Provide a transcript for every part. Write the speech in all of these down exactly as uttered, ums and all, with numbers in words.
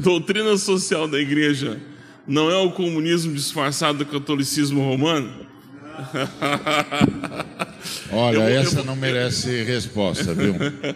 doutrina social da igreja não é o comunismo disfarçado do catolicismo romano? Olha, eu, essa eu... não merece resposta, viu?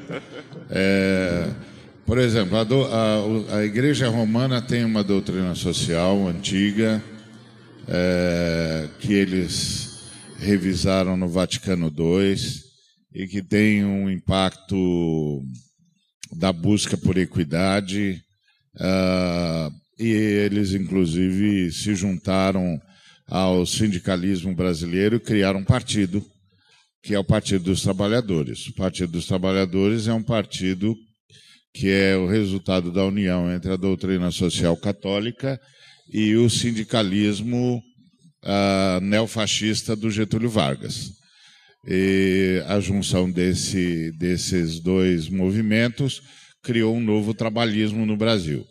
É, por exemplo, a, do, a, a Igreja Romana tem uma doutrina social antiga, é, que eles revisaram no Vaticano dois e que tem um impacto da busca por equidade, uh, e eles, inclusive, se juntaram ao sindicalismo brasileiro e criaram um partido, que é o Partido dos Trabalhadores. O Partido dos Trabalhadores é um partido que é o resultado da união entre a doutrina social católica e o sindicalismo uh, neofascista do Getúlio Vargas. E a junção desse, desses dois movimentos criou um novo trabalhismo no Brasil.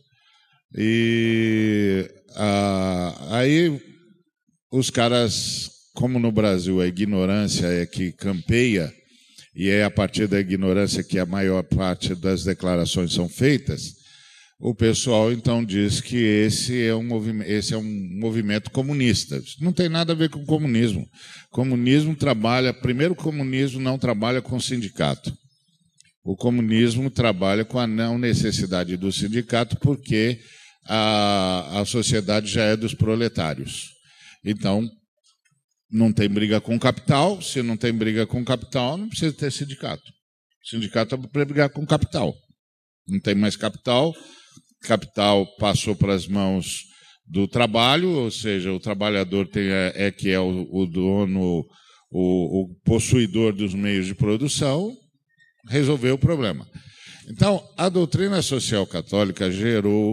E uh, aí os caras, como no Brasil a ignorância é que campeia, e é a partir da ignorância que a maior parte das declarações são feitas, o pessoal então diz que esse é um movimento, esse é um movimento comunista. Isso não tem nada a ver com comunismo. Comunismo trabalha, primeiro, o comunismo não trabalha com sindicato. O comunismo trabalha com a não necessidade do sindicato porque a, a sociedade já é dos proletários. Então, não tem briga com o capital. Se não tem briga com o capital, não precisa ter sindicato. O sindicato é para brigar com o capital. Não tem mais capital. Capital passou para as mãos do trabalho, ou seja, o trabalhador tem, é, é que é o, o dono, o, o possuidor dos meios de produção, resolveu o problema. Então, a doutrina social católica gerou,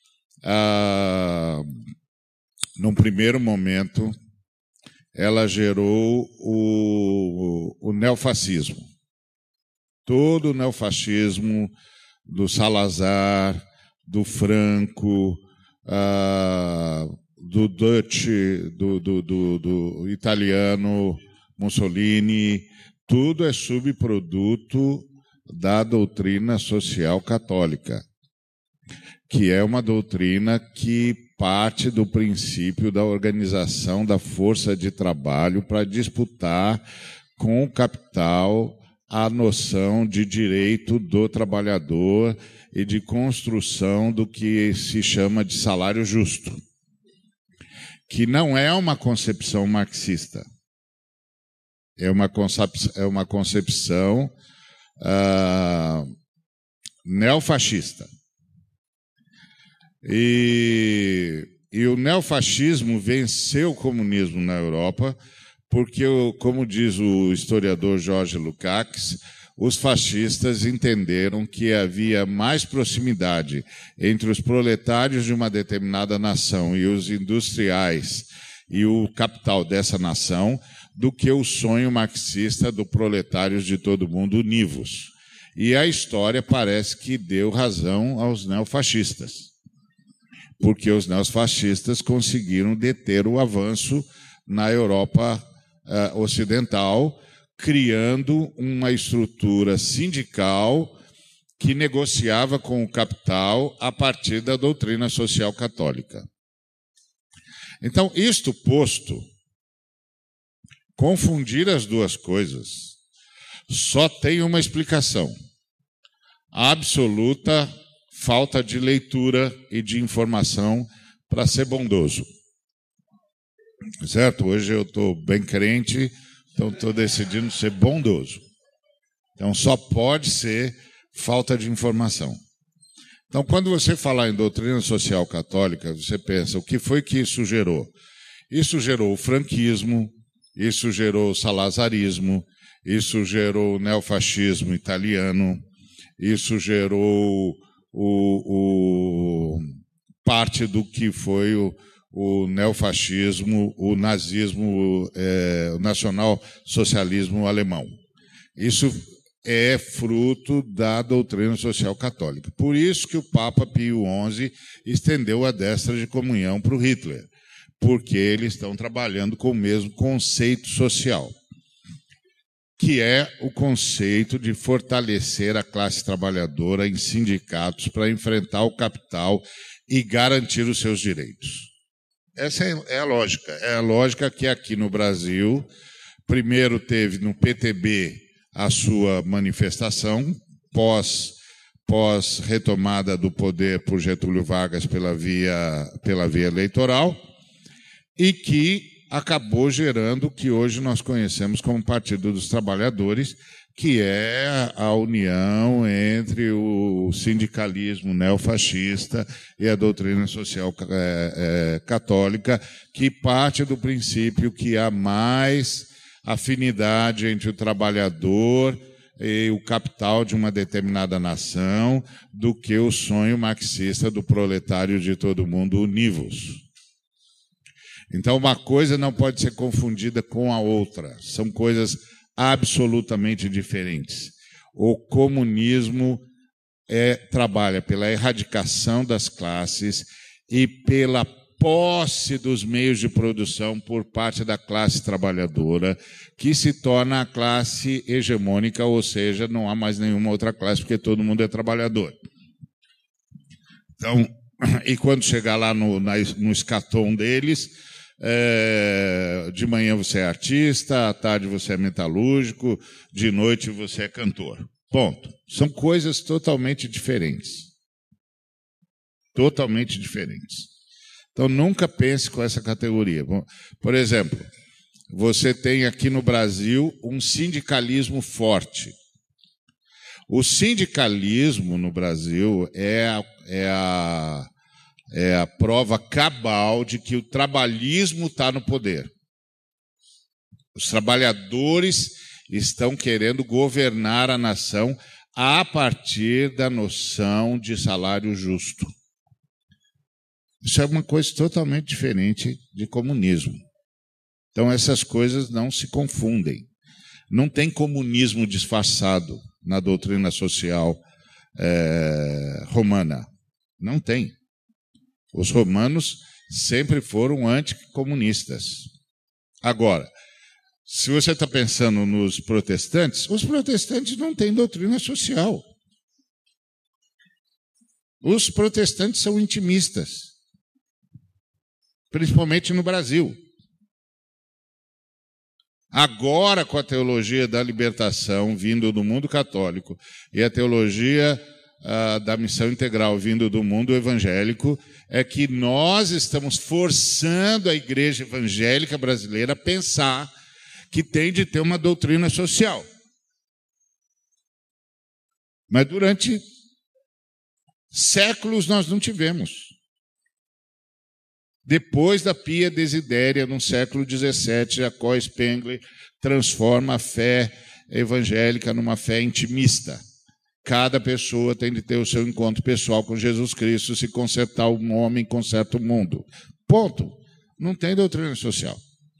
ah, num primeiro momento, ela gerou o, o neofascismo. Todo o neofascismo do Salazar, do Franco, ah, do Dutch, do, do, do, do italiano Mussolini, tudo é subproduto da doutrina social católica, que é uma doutrina que parte do princípio da organização da força de trabalho para disputar com o capital a noção de direito do trabalhador e de construção do que se chama de salário justo, que não é uma concepção marxista, é uma concepção, é uma concepção uh, neofascista. E, e o neofascismo venceu o comunismo na Europa porque, como diz o historiador Jorge Lukács, os fascistas entenderam que havia mais proximidade entre os proletários de uma determinada nação e os industriais e o capital dessa nação do que o sonho marxista do proletários de todo mundo univos. E a história parece que deu razão aos neofascistas, porque os neofascistas conseguiram deter o avanço na Europa uh, ocidental, criando uma estrutura sindical que negociava com o capital a partir da doutrina social católica. Então, isto posto, confundir as duas coisas só tem uma explicação: a absoluta falta de leitura e de informação para ser bondoso. Certo? Hoje eu estou bem crente, então estou decidindo ser bondoso. Então só pode ser falta de informação. Então, quando você falar em doutrina social católica, você pensa, o que foi que isso gerou? Isso gerou o franquismo, isso gerou o salazarismo, isso gerou o neofascismo italiano, isso gerou o, o, parte do que foi o, o neofascismo, o nazismo, é, o nacional-socialismo alemão. Isso é fruto da doutrina social católica. Por isso que o Papa Pio onze estendeu a destra de comunhão para o Hitler, porque eles estão trabalhando com o mesmo conceito social, que que é o conceito de fortalecer a classe trabalhadora em sindicatos para enfrentar o capital e garantir os seus direitos. Essa é a lógica. É a lógica que aqui no Brasil, primeiro teve no P T B a sua manifestação, pós, pós retomada do poder por Getúlio Vargas pela via, pela via eleitoral, e que acabou gerando o que hoje nós conhecemos como Partido dos Trabalhadores, que é a união entre o sindicalismo neofascista e a doutrina social é, é, católica, que parte do princípio que há mais afinidade entre o trabalhador e o capital de uma determinada nação do que o sonho marxista do proletário de todo mundo univos. Então, uma coisa não pode ser confundida com a outra. São coisas absolutamente diferentes. O comunismo é, trabalha pela erradicação das classes e pela posse dos meios de produção por parte da classe trabalhadora, que se torna a classe hegemônica, ou seja, não há mais nenhuma outra classe, porque todo mundo é trabalhador. Então, e quando chegar lá no, na, no escatom deles, é, de manhã você é artista, à tarde você é metalúrgico, de noite você é cantor. Ponto. São coisas totalmente diferentes. Totalmente diferentes. Então, nunca pense com essa categoria. Por exemplo, você tem aqui no Brasil um sindicalismo forte. O sindicalismo no Brasil é a, é a, é a prova cabal de que o trabalhismo está no poder. Os trabalhadores estão querendo governar a nação a partir da noção de salário justo. Isso é uma coisa totalmente diferente de comunismo. Então, essas coisas não se confundem. Não tem comunismo disfarçado na doutrina social é, romana. Não tem. Os romanos sempre foram anticomunistas. Agora, se você está pensando nos protestantes, os protestantes não têm doutrina social. Os protestantes são intimistas. Principalmente no Brasil. Agora, com a teologia da libertação vindo do mundo católico e a teologia ah, da missão integral vindo do mundo evangélico, é que nós estamos forçando a igreja evangélica brasileira a pensar que tem de ter uma doutrina social. Mas durante séculos nós não tivemos. Depois da Pia Desidéria, no século dezessete, Jacó Spengler transforma a fé evangélica numa fé intimista. Cada pessoa tem de ter o seu encontro pessoal com Jesus Cristo, se consertar um homem, conserta o mundo. Ponto. Não tem doutrina social.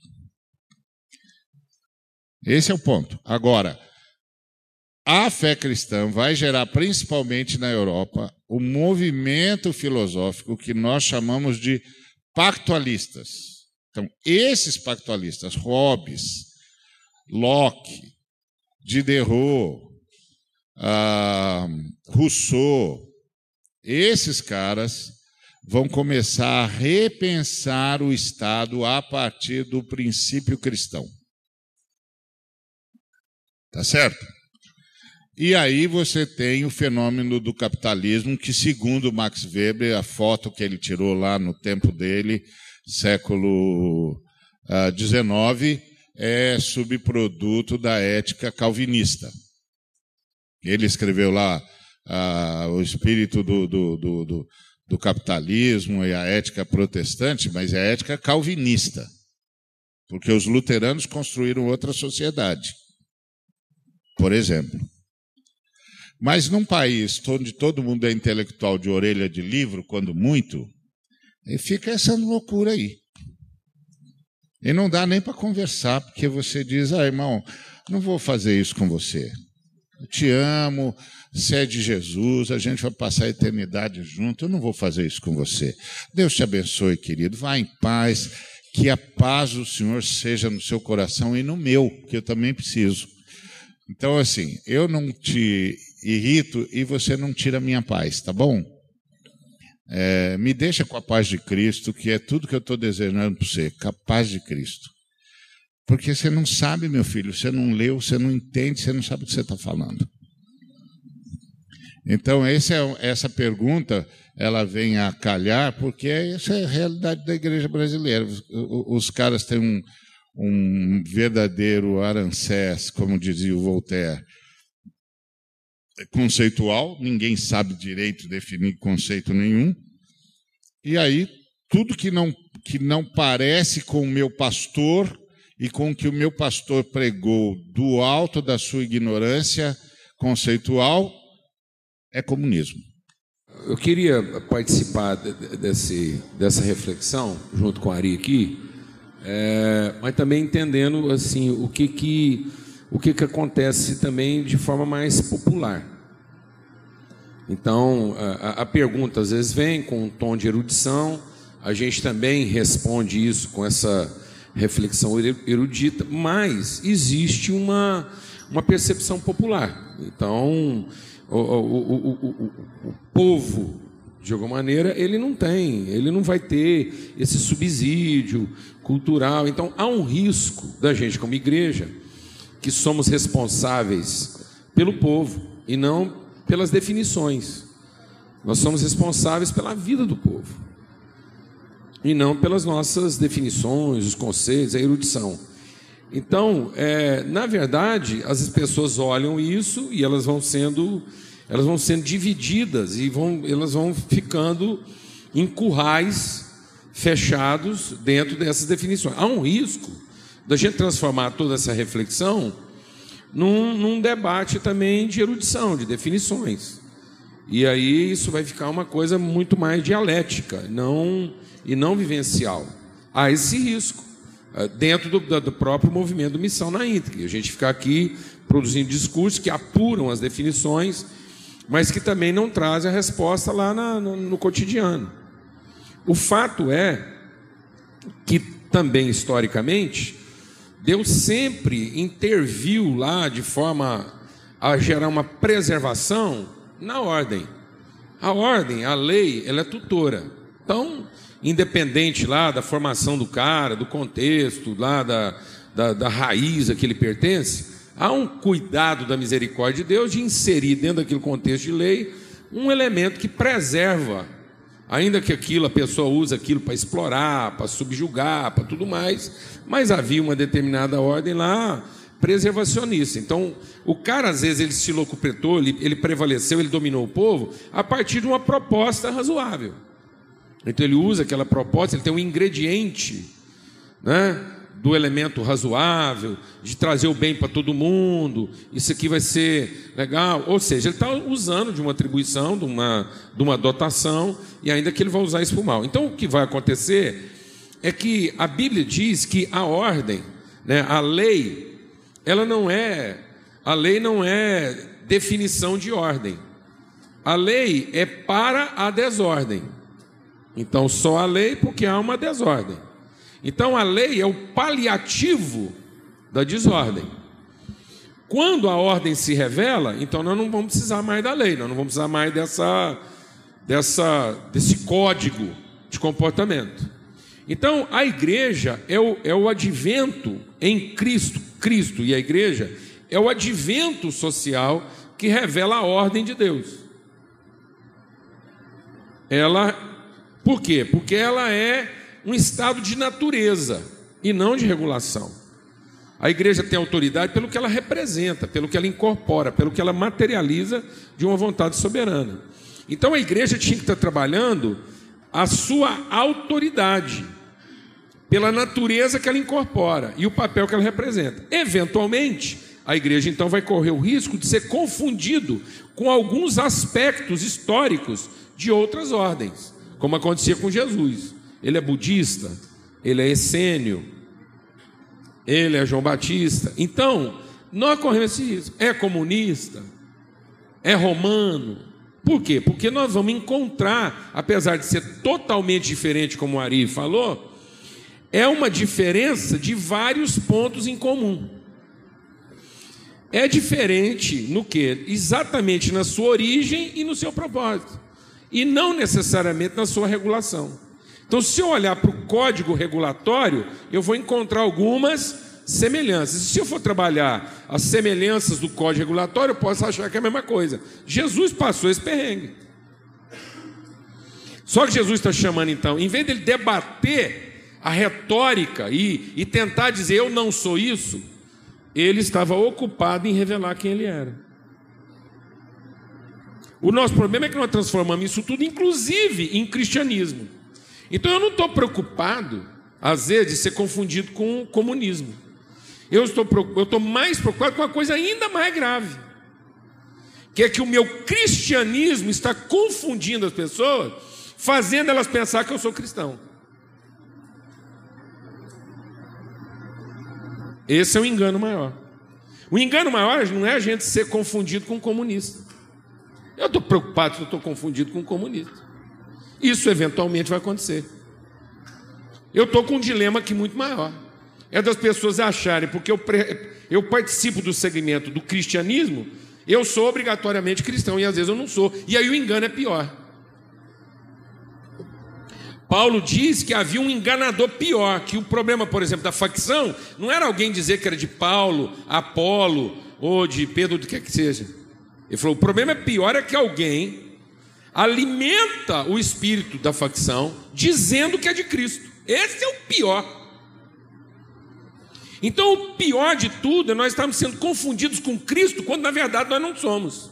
Esse é o ponto. Agora, a fé cristã vai gerar, principalmente na Europa, um movimento filosófico que nós chamamos de pactualistas. Então, esses pactualistas, Hobbes, Locke, Diderot, ah, Rousseau, esses caras vão começar a repensar o Estado a partir do princípio cristão. Tá certo? E aí você tem o fenômeno do capitalismo, que, segundo Max Weber, a foto que ele tirou lá no tempo dele, século dezenove, é subproduto da ética calvinista. Ele escreveu lá ah, o espírito do, do, do, do, do capitalismo e a ética protestante, mas é a ética calvinista, porque os luteranos construíram outra sociedade, por exemplo. Mas num país onde todo mundo é intelectual de orelha de livro, quando muito, fica essa loucura aí. E não dá nem para conversar, porque você diz, ah, irmão, não vou fazer isso com você. Eu te amo, você é de Jesus, a gente vai passar a eternidade junto, eu não vou fazer isso com você. Deus te abençoe, querido, vá em paz, que a paz do Senhor seja no seu coração e no meu, que eu também preciso. Então, assim, eu não te irrito e você não tira a minha paz, tá bom? É, me deixa com a paz de Cristo, que é tudo que eu estou desejando para você, com a paz de Cristo. Porque você não sabe, meu filho, você não leu, você não entende, você não sabe o que você está falando. Então, esse é, essa pergunta, ela vem a calhar, porque essa é a realidade da igreja brasileira. Os, os caras têm um, um verdadeiro arancés, como dizia o Voltaire, conceitual, ninguém sabe direito definir conceito nenhum, e aí tudo que não, que não parece com o meu pastor e com o que o meu pastor pregou do alto da sua ignorância conceitual é comunismo. Eu queria participar desse, dessa reflexão junto com a Ari aqui, é, mas também entendendo assim o que que o que que acontece também de forma mais popular. Então a, a pergunta às vezes vem com um tom de erudição, a gente também responde isso com essa reflexão erudita, mas existe uma uma percepção popular. Então O, o, o, o, o povo, de alguma maneira, ele não tem, ele não vai ter esse subsídio cultural. Então, há um risco da gente, como igreja, que somos responsáveis pelo povo e não pelas definições. Nós somos responsáveis pela vida do povo e não pelas nossas definições, os conceitos, a erudição. Então, é, na verdade, as pessoas olham isso e elas vão sendo, elas vão sendo divididas e vão, elas vão ficando em currais fechados dentro dessas definições. Há um risco da gente transformar toda essa reflexão num, num debate também de erudição, de definições. E aí isso vai ficar uma coisa muito mais dialética, não, e não vivencial. Há esse risco dentro do, do próprio movimento do Missão na íntegra. A gente fica aqui produzindo discursos que apuram as definições, mas que também não trazem a resposta lá na, no, no cotidiano. O fato é que também, historicamente, Deus sempre interviu lá de forma a gerar uma preservação na ordem. A ordem, a lei, ela é tutora. Então, independente lá da formação do cara, do contexto, lá da, da, da raiz a que ele pertence, há um cuidado da misericórdia de Deus de inserir dentro daquele contexto de lei um elemento que preserva, ainda que aquilo, a pessoa usa aquilo para explorar, para subjugar, para tudo mais, mas havia uma determinada ordem lá preservacionista. Então, o cara, às vezes, ele se locupretou, ele, ele prevaleceu, ele dominou o povo a partir de uma proposta razoável. Então ele usa aquela proposta, ele tem um ingrediente, né, do elemento razoável, de trazer o bem para todo mundo, isso aqui vai ser legal. Ou seja, ele está usando de uma atribuição, de uma, de uma dotação, e ainda que ele vai usar isso para o mal. Então o que vai acontecer é que a Bíblia diz que a ordem, né, a lei, ela não é, a lei não é definição de ordem. A lei é para a desordem. Então, só a lei porque há uma desordem. Então, a lei é o paliativo da desordem. Quando a ordem se revela, então nós não vamos precisar mais da lei, nós não vamos precisar mais dessa, dessa, desse código de comportamento. Então, a igreja é o, é o advento em Cristo, Cristo e a igreja é o advento social que revela a ordem de Deus. Ela... Por quê? Porque ela é um estado de natureza e não de regulação. A igreja tem autoridade pelo que ela representa, pelo que ela incorpora, pelo que ela materializa de uma vontade soberana. Então a igreja tinha que estar trabalhando a sua autoridade pela natureza que ela incorpora e o papel que ela representa. Eventualmente, a igreja então vai correr o risco de ser confundido com alguns aspectos históricos de outras ordens, como acontecia com Jesus. Ele é budista, ele é essênio, ele é João Batista. Então, nós corremos esse risco. É comunista, é romano. Por quê? Porque nós vamos encontrar, apesar de ser totalmente diferente, como o Ari falou, é uma diferença de vários pontos em comum. é diferente no quê? Exatamente na sua origem e no seu propósito, e não necessariamente na sua regulação. Então, se eu olhar para o código regulatório, eu vou encontrar algumas semelhanças. Se eu for trabalhar as semelhanças do código regulatório, eu posso achar que é a mesma coisa. Jesus passou esse perrengue. Só que Jesus está chamando, então, em vez dele debater a retórica e, e tentar dizer eu não sou isso, ele estava ocupado em revelar quem ele era. O nosso problema é que nós transformamos isso tudo, inclusive, em cristianismo. Então eu não estou preocupado, às vezes, de ser confundido com o comunismo. Eu estou, eu estou mais preocupado com uma coisa ainda mais grave, que é que o meu cristianismo está confundindo as pessoas, fazendo elas pensar que eu sou cristão. Esse é o engano maior. O engano maior não é a gente ser confundido com um comunista. Eu estou preocupado se eu estou confundido com um comunista. Isso eventualmente vai acontecer. Eu estou com um dilema aqui muito maior. É das pessoas acharem, porque eu, pre... eu participo do segmento do cristianismo, eu sou obrigatoriamente cristão, e às vezes eu não sou. E aí o engano é pior. Paulo diz que havia um enganador pior, que o problema, por exemplo, da facção, não era alguém dizer que era de Paulo, Apolo, ou de Pedro, do que é que seja. Ele falou, o problema pior é que alguém alimenta o espírito da facção, dizendo que é de Cristo. Esse é o pior. Então o pior de tudo é nós estarmos sendo confundidos com Cristo, quando na verdade nós não somos.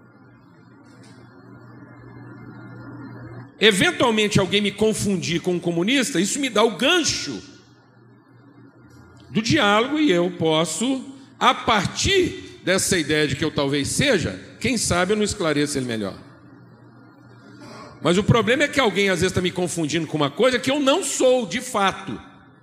Eventualmente alguém me confundir com um comunista, isso me dá o gancho do diálogo, e eu posso, a partir dessa ideia de que eu talvez seja, quem sabe eu não esclareço ele melhor. Mas o problema é que alguém às vezes está me confundindo com uma coisa que eu não sou de fato.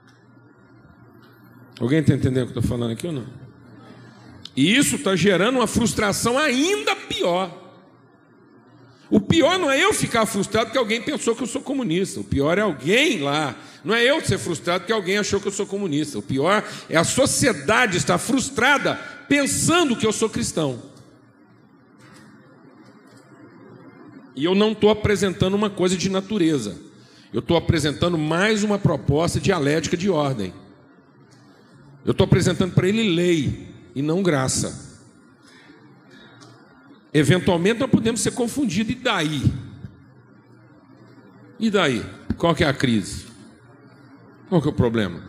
Alguém está entendendo o que eu estou falando aqui ou não? E isso está gerando uma frustração ainda pior. O pior não é eu ficar frustrado porque alguém pensou que eu sou comunista. O pior é alguém lá. Não é eu ser frustrado porque alguém achou que eu sou comunista. O pior é a sociedade estar frustrada pensando que eu sou cristão. E eu não estou apresentando uma coisa de natureza. Eu estou apresentando mais uma proposta dialética de ordem. Eu estou apresentando para ele lei e não graça. Eventualmente nós podemos ser confundidos, e daí? E daí? Qual que é a crise? Qual que é o problema?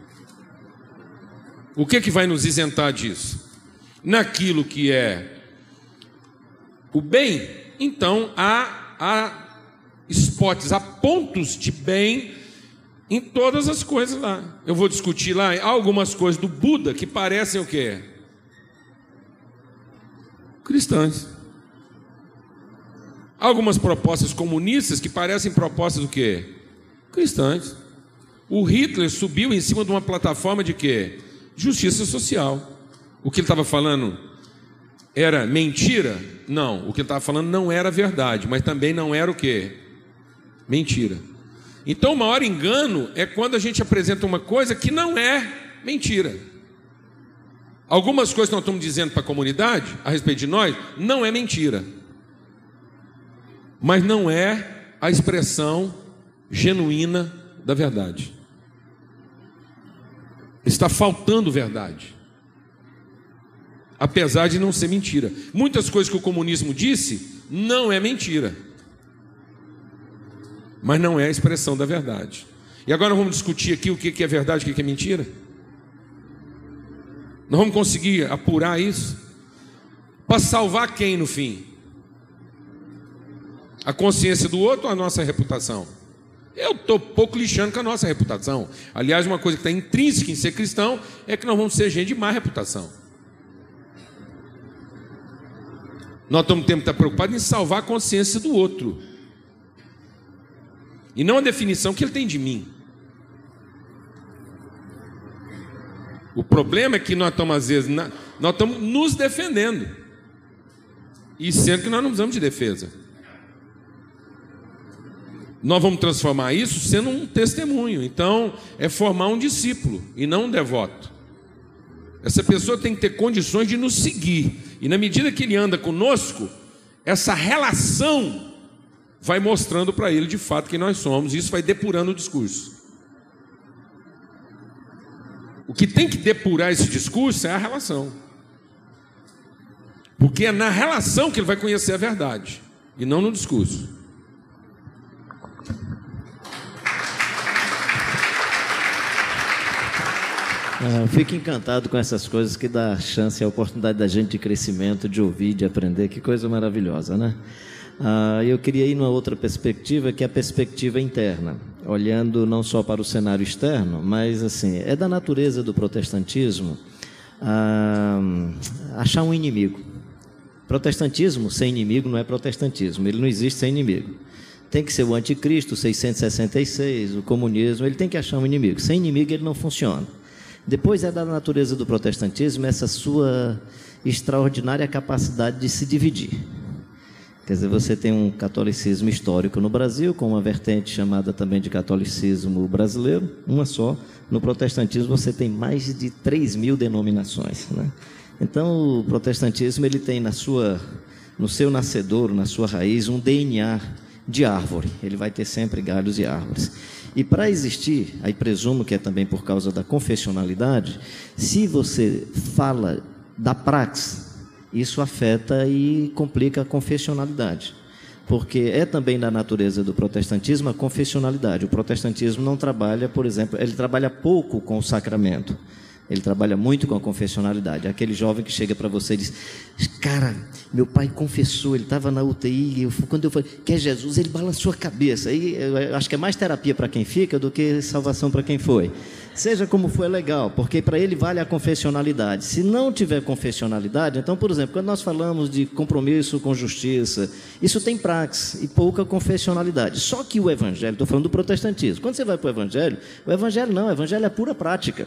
O que que vai nos isentar disso? Naquilo que é o bem, então há, há spots, há pontos de bem em todas as coisas lá. Eu vou discutir lá algumas coisas do Buda que parecem o quê? Cristãs. Algumas propostas comunistas que parecem propostas do quê? Cristãs. O Hitler subiu em cima de uma plataforma de quê? Justiça social. O que ele estava falando era mentira? Não. O que ele estava falando não era verdade, mas também não era o quê? Mentira. Então o maior engano é quando a gente apresenta uma coisa que não é mentira. Algumas coisas que nós estamos dizendo para a comunidade a respeito de nós não é mentira, mas não é a expressão genuína da verdade. Está faltando verdade, apesar de não ser mentira. Muitas coisas que o comunismo disse não é mentira, mas não é a expressão da verdade. E agora vamos discutir aqui o que é verdade e o que é mentira. Nós vamos conseguir apurar isso para salvar quem no fim? A consciência do outro ou a nossa reputação? Eu estou pouco lixando com a nossa reputação. Aliás, uma coisa que está intrínseca em ser cristão é que nós vamos ser gente de má reputação. Nós estamos tendo que estar preocupados em salvar a consciência do outro, e não a definição que ele tem de mim. O problema é que nós estamos, às vezes, na, nós estamos nos defendendo, e sendo que nós não precisamos de defesa. Nós vamos transformar isso sendo um testemunho. Então, é formar um discípulo e não um devoto. Essa pessoa tem que ter condições de nos seguir. E na medida que ele anda conosco, essa relação vai mostrando para ele de fato quem nós somos. E isso vai depurando o discurso. O que tem que depurar esse discurso é a relação. Porque é na relação que ele vai conhecer a verdade, e não no discurso. Eu fico encantado com essas coisas que dá chance e a oportunidade da gente de crescimento, de ouvir, de aprender. Que coisa maravilhosa, né? Ah, eu queria ir numa outra perspectiva, que é a perspectiva interna, olhando não só para o cenário externo, mas assim, é da natureza do protestantismo ah, achar um inimigo. Protestantismo sem inimigo não é protestantismo, ele não existe sem inimigo. Tem que ser o anticristo, seiscentos e sessenta e seis, o comunismo, ele tem que achar um inimigo. Sem inimigo ele não funciona. Depois é da natureza do protestantismo essa sua extraordinária capacidade de se dividir. Quer dizer, você tem um catolicismo histórico no Brasil, com uma vertente chamada também de catolicismo brasileiro, uma só. No protestantismo você tem mais de três mil denominações, né? Então o protestantismo ele tem na sua, no seu nascedouro, na sua raiz, um D N A de árvore. Ele vai ter sempre galhos e árvores. E para existir, aí presumo que é também por causa da confessionalidade, se você fala da praxe, isso afeta e complica a confessionalidade. Porque é também da natureza do protestantismo a confessionalidade. O protestantismo não trabalha, por exemplo, ele trabalha pouco com o sacramento. Ele trabalha muito com a confessionalidade. Aquele jovem que chega para você e diz: cara, meu pai confessou, ele estava na U T I, eu, quando eu falei, quer Jesus, ele balançou a cabeça. Aí, eu acho que é mais terapia para quem fica do que salvação para quem foi. Seja como for, é legal, porque para ele vale a confessionalidade. Se não tiver confessionalidade, então, por exemplo, quando nós falamos de compromisso com justiça, isso tem praxe e pouca confessionalidade. Só que o evangelho, estou falando do protestantismo, quando você vai para o evangelho, o evangelho não, o evangelho é pura prática.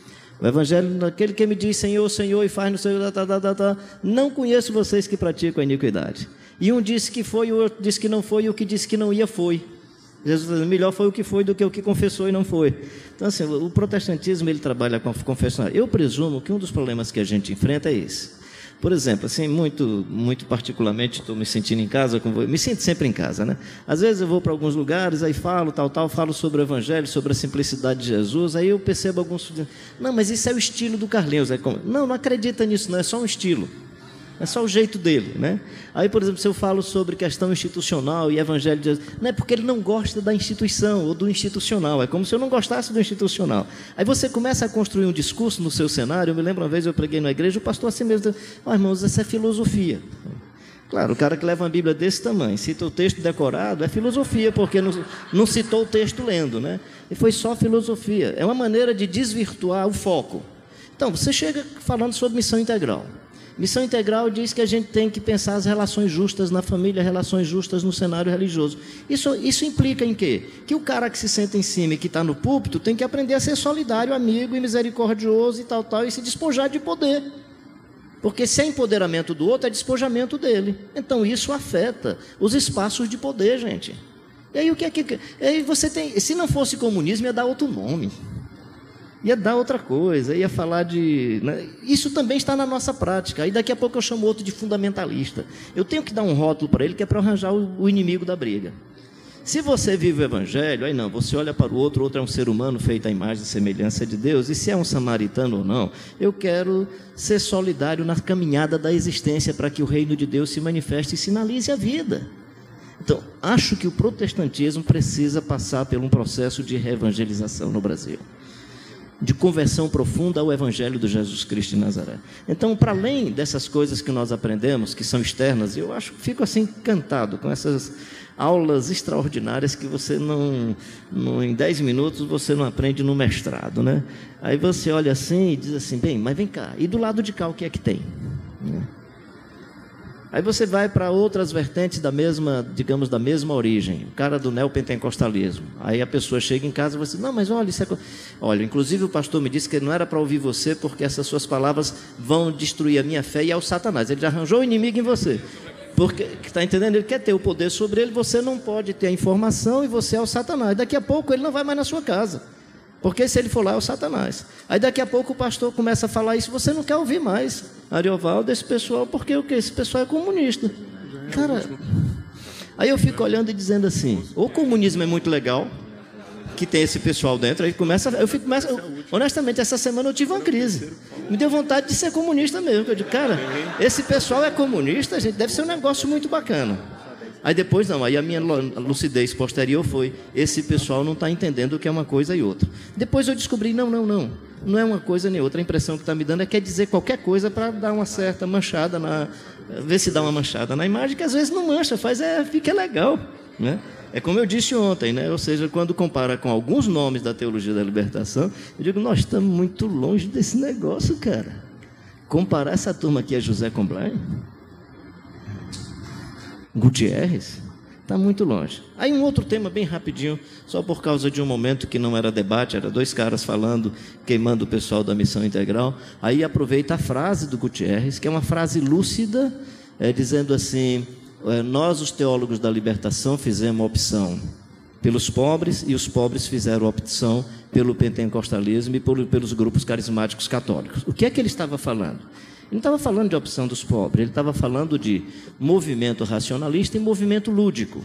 O evangelho, aquele que me diz Senhor, Senhor, e faz no seu... Tá, tá, tá, tá, não conheço vocês que praticam a iniquidade. E um disse que foi, o outro disse que não foi, e o que disse que não ia foi. Jesus falou, melhor foi o que foi do que o que confessou e não foi. Então, assim, o protestantismo, ele trabalha com a confissão. Eu presumo que um dos problemas que a gente enfrenta é esse. Por exemplo, assim, muito, muito particularmente, estou me sentindo em casa, me sinto sempre em casa, né? Às vezes eu vou para alguns lugares, aí falo, tal, tal, falo sobre o evangelho, sobre a simplicidade de Jesus, aí eu percebo alguns... Não, mas isso é o estilo do Carlinhos. Aí, como... Não, não acredita nisso, não, é só um estilo. É só o jeito dele, né? Aí, por exemplo, se eu falo sobre questão institucional e evangelho de Jesus, não é porque ele não gosta da instituição ou do institucional, é como se eu não gostasse do institucional. Aí você começa a construir um discurso no seu cenário. Eu me lembro uma vez, eu preguei na igreja, o pastor assim mesmo, ó, irmãos, essa é filosofia. Claro, o cara que leva uma Bíblia desse tamanho, cita o texto decorado, é filosofia, porque não, não citou o texto lendo, né? E foi só filosofia. É uma maneira de desvirtuar o foco. Então, você chega falando sobre missão integral. Missão integral diz que a gente tem que pensar as relações justas na família, relações justas no cenário religioso. Isso, isso implica em quê? Que o cara que se senta em cima e que está no púlpito tem que aprender a ser solidário, amigo e misericordioso e tal, tal, e se despojar de poder. Porque se é empoderamento do outro, é despojamento dele. Então isso afeta os espaços de poder, gente. E aí o que é que... Aí você tem, se não fosse comunismo, ia dar outro nome. Ia dar outra coisa, ia falar de... Né? Isso também está na nossa prática. Aí daqui a pouco eu chamo outro de fundamentalista. Eu tenho que dar um rótulo para ele que é para arranjar o, o inimigo da briga. Se você vive o evangelho, aí não, você olha para o outro, o outro é um ser humano feito à imagem e semelhança de Deus, e se é um samaritano ou não, eu quero ser solidário na caminhada da existência para que o reino de Deus se manifeste e sinalize a vida. Então, acho que o protestantismo precisa passar por um processo de reevangelização no Brasil, de conversão profunda ao Evangelho de Jesus Cristo de Nazaré. Então, para além dessas coisas que nós aprendemos, que são externas, eu acho que fico assim encantado com essas aulas extraordinárias que você não, não em dez minutos você não aprende no mestrado, né? Aí você olha assim e diz assim, bem, mas vem cá, e do lado de cá o que é que tem? Né? Aí você vai para outras vertentes da mesma, digamos, da mesma origem, o cara do neopentecostalismo. Aí a pessoa chega em casa e você diz, não, mas olha, isso é... Olha, inclusive o pastor me disse que não era para ouvir você porque essas suas palavras vão destruir a minha fé e ao Satanás. Ele já arranjou o inimigo em você. Porque, está entendendo? Ele quer ter o poder sobre ele, você não pode ter a informação e você é o Satanás. Daqui a pouco ele não vai mais na sua casa. Porque se ele for lá é o Satanás. Aí daqui a pouco o pastor começa a falar isso, você não quer ouvir mais Ariovaldo, esse pessoal, porque o quê? Esse pessoal é comunista. Cara, aí eu fico olhando e dizendo assim, o comunismo é muito legal, que tem esse pessoal dentro, aí começa, eu fico, começa, eu, honestamente, essa semana eu tive uma crise. Me deu vontade de ser comunista mesmo. Eu digo, cara, esse pessoal é comunista, gente, deve ser um negócio muito bacana. Aí depois não, aí a minha lucidez posterior foi, esse pessoal não está entendendo o que é uma coisa e outra. Depois eu descobri, não, não, não, não é uma coisa nem outra, a impressão que está me dando é que é dizer qualquer coisa para dar uma certa manchada, na, ver se dá uma manchada na imagem, que às vezes não mancha, faz, é, fica legal, né? É como eu disse ontem, né? Ou seja, quando compara com alguns nomes da teologia da libertação, eu digo, nós estamos muito longe desse negócio, cara. Comparar essa turma aqui a José Comblain, Gutierrez, está muito longe. Aí um outro tema bem rapidinho, só por causa de um momento que não era debate, era dois caras falando, queimando o pessoal da Missão Integral. Aí aproveita a frase do Gutierrez, que é uma frase lúcida, é, dizendo assim, nós os teólogos da libertação fizemos a opção pelos pobres e os pobres fizeram a opção pelo pentecostalismo e por, pelos grupos carismáticos católicos. O que é que ele estava falando? Ele não estava falando de opção dos pobres, ele estava falando de movimento racionalista e movimento lúdico.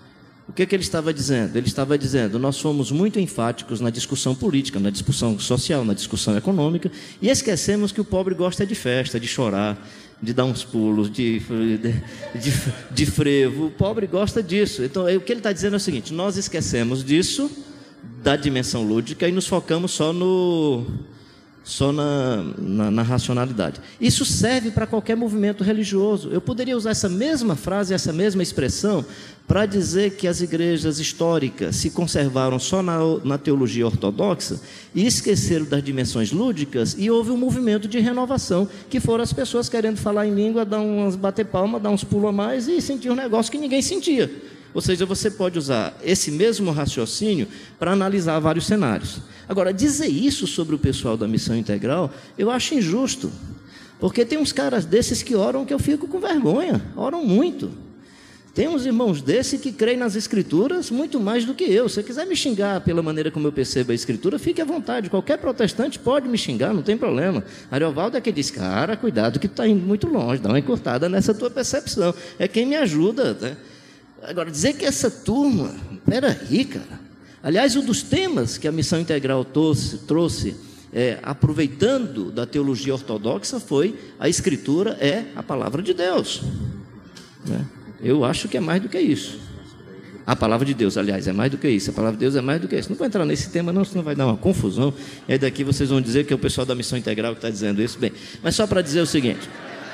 O que é que ele estava dizendo? Ele estava dizendo, nós fomos muito enfáticos na discussão política, na discussão social, na discussão econômica, e esquecemos que o pobre gosta de festa, de chorar, de dar uns pulos, de, de, de, de frevo. O pobre gosta disso. Então, o que ele está dizendo é o seguinte, nós esquecemos disso, da dimensão lúdica, e nos focamos só no... só na, na, na racionalidade. Isso serve para qualquer movimento religioso. Eu poderia usar essa mesma frase, essa mesma expressão, para dizer que as igrejas históricas se conservaram só na, na teologia ortodoxa e esqueceram das dimensões lúdicas, e houve um movimento de renovação, que foram as pessoas querendo falar em língua, dar umas bater palma, dar uns pulos a mais e sentir um negócio que ninguém sentia. Ou seja, você pode usar esse mesmo raciocínio para analisar vários cenários. Agora, dizer isso sobre o pessoal da Missão Integral, eu acho injusto. Porque tem uns caras desses que oram que eu fico com vergonha, oram muito. Tem uns irmãos desses que creem nas Escrituras muito mais do que eu. Se você quiser me xingar pela maneira como eu percebo a Escritura, fique à vontade. Qualquer protestante pode me xingar, não tem problema. Ariovaldo é que diz, cara, cuidado que tu está indo muito longe, dá uma encurtada nessa tua percepção. É quem me ajuda, né? Agora, dizer que essa turma, peraí, cara. Aliás, um dos temas que a Missão Integral trouxe, trouxe é, aproveitando da teologia ortodoxa, foi a Escritura é a palavra de Deus. Né? Eu acho que é mais do que isso. A palavra de Deus, aliás, é mais do que isso. A palavra de Deus é mais do que isso. Não vou entrar nesse tema, não, senão vai dar uma confusão. E aí daqui vocês vão dizer que é o pessoal da Missão Integral que está dizendo isso. Bem, mas só para dizer o seguinte.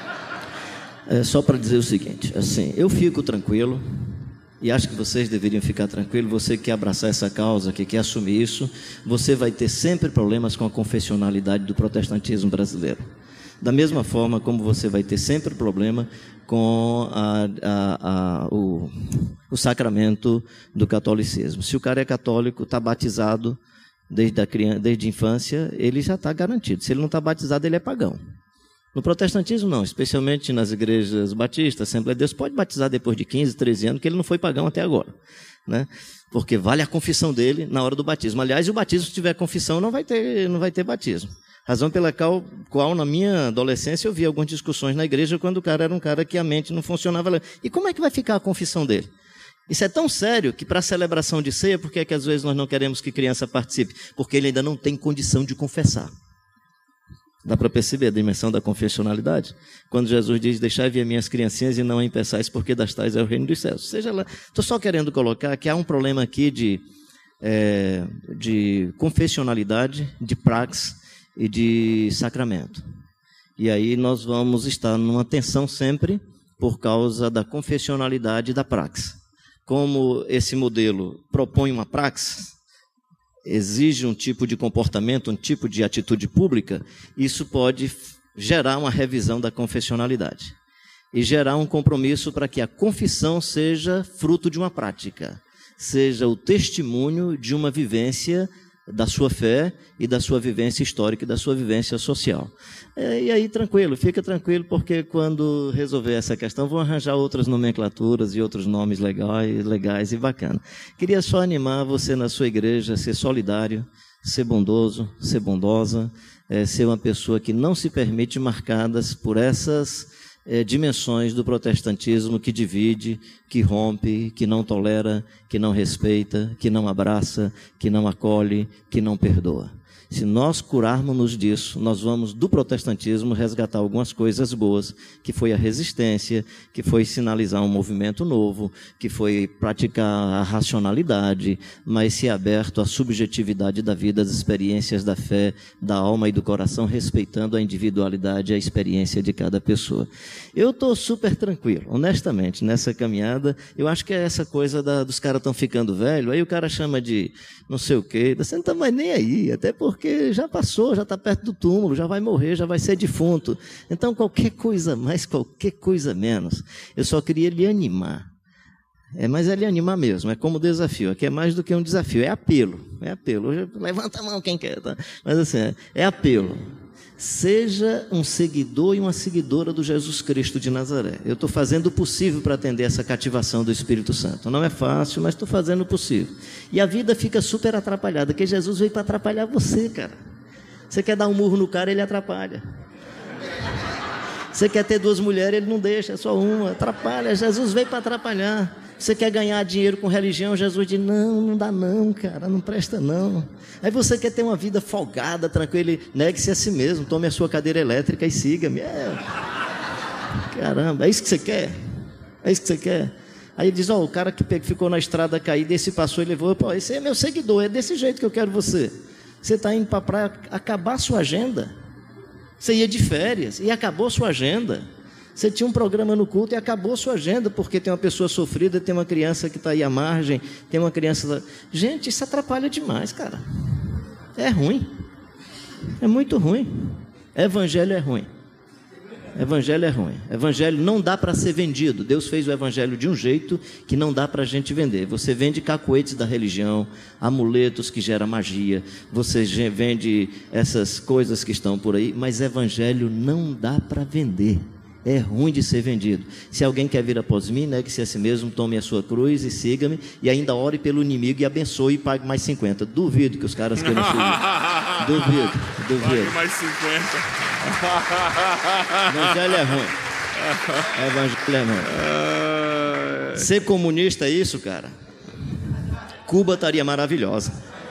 É, só para dizer o seguinte, assim, eu fico tranquilo. E acho que vocês deveriam ficar tranquilos. Você que quer abraçar essa causa, que quer assumir isso, você vai ter sempre problemas com a confessionalidade do protestantismo brasileiro. Da mesma forma como você vai ter sempre problema com a, a, a, o, o sacramento do catolicismo. Se o cara é católico, está batizado desde a, criança, desde a infância, ele já está garantido. Se ele não está batizado, ele é pagão. No protestantismo, não, especialmente nas igrejas batistas, Assembleia de Deus, pode batizar depois de quinze, treze anos, que ele não foi pagão até agora, né? Porque vale a confissão dele na hora do batismo. Aliás, o batismo, se tiver confissão, não vai ter, não vai ter batismo. Razão pela qual, qual, na minha adolescência, eu vi algumas discussões na igreja quando o cara era um cara que a mente não funcionava. E como é que vai ficar a confissão dele? Isso é tão sério que para a celebração de ceia, por que é que às vezes nós não queremos que criança participe? Porque ele ainda não tem condição de confessar. Dá para perceber a dimensão da confessionalidade? Quando Jesus diz, deixai vir minhas criancinhas e não empeçais, porque das tais é o reino dos céus. Seja lá, estou só querendo colocar que há um problema aqui de, é, de confessionalidade, de praxe e de sacramento. E aí nós vamos estar numa tensão sempre por causa da confessionalidade e da praxe. Como esse modelo propõe uma praxe, exige um tipo de comportamento, um tipo de atitude pública, isso pode gerar uma revisão da confessionalidade e gerar um compromisso para que a confissão seja fruto de uma prática, seja o testemunho de uma vivência da sua fé e da sua vivência histórica e da sua vivência social. É, e aí, tranquilo, fica tranquilo, porque quando resolver essa questão, vão arranjar outras nomenclaturas e outros nomes legais, legais e bacanas. Queria só animar você na sua igreja a ser solidário, ser bondoso, ser bondosa, é, ser uma pessoa que não se permite marcadas por essas é, dimensões do protestantismo que divide, que rompe, que não tolera, que não respeita, que não abraça, que não acolhe, que não perdoa. Se nós curarmos-nos disso, nós vamos do protestantismo resgatar algumas coisas boas, que foi a resistência, que foi sinalizar um movimento novo, que foi praticar a racionalidade, mas ser aberto à subjetividade da vida, às experiências da fé, da alma e do coração, respeitando a individualidade e a experiência de cada pessoa. Eu estou super tranquilo, honestamente, nessa caminhada. Eu acho que é essa coisa da, dos caras estão ficando velhos, aí o cara chama de não sei o quê, você não está mais nem aí, até porque porque já passou, já está perto do túmulo, já vai morrer, já vai ser defunto. Então, qualquer coisa mais, qualquer coisa menos. Eu só queria lhe animar. É, mas é lhe animar mesmo, é como desafio. Aqui é mais do que um desafio, é apelo. É apelo. Hoje, levanta a mão quem quer. Tá? Mas assim, é, é apelo. Seja um seguidor e uma seguidora do Jesus Cristo de Nazaré. Eu estou fazendo o possível para atender essa cativação do Espírito Santo. Não é fácil, mas estou fazendo o possível. E a vida fica super atrapalhada, porque Jesus veio para atrapalhar você, cara. Você quer dar um murro no cara, ele atrapalha. Você quer ter duas mulheres, ele não deixa, é só uma, atrapalha. Jesus veio para atrapalhar. Você quer ganhar dinheiro com religião, Jesus diz, não, não dá não, cara, não presta não. Aí você quer ter uma vida folgada, tranquila, negue-se a si mesmo, tome a sua cadeira elétrica e siga-me. É. Caramba, é isso que você quer? É isso que você quer? Aí ele diz, ó, oh, o cara que ficou na estrada caída, esse passou e levou, pô, esse é meu seguidor, é desse jeito que eu quero você. Você está indo para a praia acabar a sua agenda. Você ia de férias e acabou a sua agenda. Você tinha um programa no culto e acabou a sua agenda, porque tem uma pessoa sofrida, tem uma criança que está aí à margem, tem uma criança... Gente, isso atrapalha demais, cara. É ruim. É muito ruim. Evangelho é ruim. Evangelho é ruim. Evangelho não dá para ser vendido. Deus fez o evangelho de um jeito que não dá para a gente vender. Você vende cacoetes da religião, amuletos que geram magia, você vende essas coisas que estão por aí, mas evangelho não dá para vender. É ruim de ser vendido. Se alguém quer vir após mim, negue-se a si mesmo, tome a sua cruz e siga-me, e ainda ore pelo inimigo e abençoe e pague mais cinquenta. Duvido que os caras queiram seguir. Duvido, duvido. Pague mais cinquenta. Evangelho é ruim. Evangelho é ruim. Ser comunista é isso, cara? Cuba estaria maravilhosa.